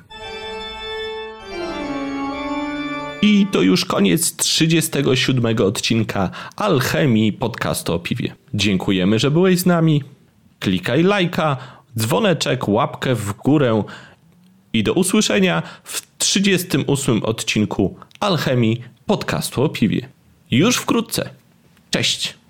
I to już koniec 37 odcinka Alchemii podcastu o piwie. Dziękujemy, że byłeś z nami. Klikaj lajka, dzwoneczek, łapkę w górę i do usłyszenia w 38 odcinku Alchemii podcastu o piwie. Już wkrótce. Cześć!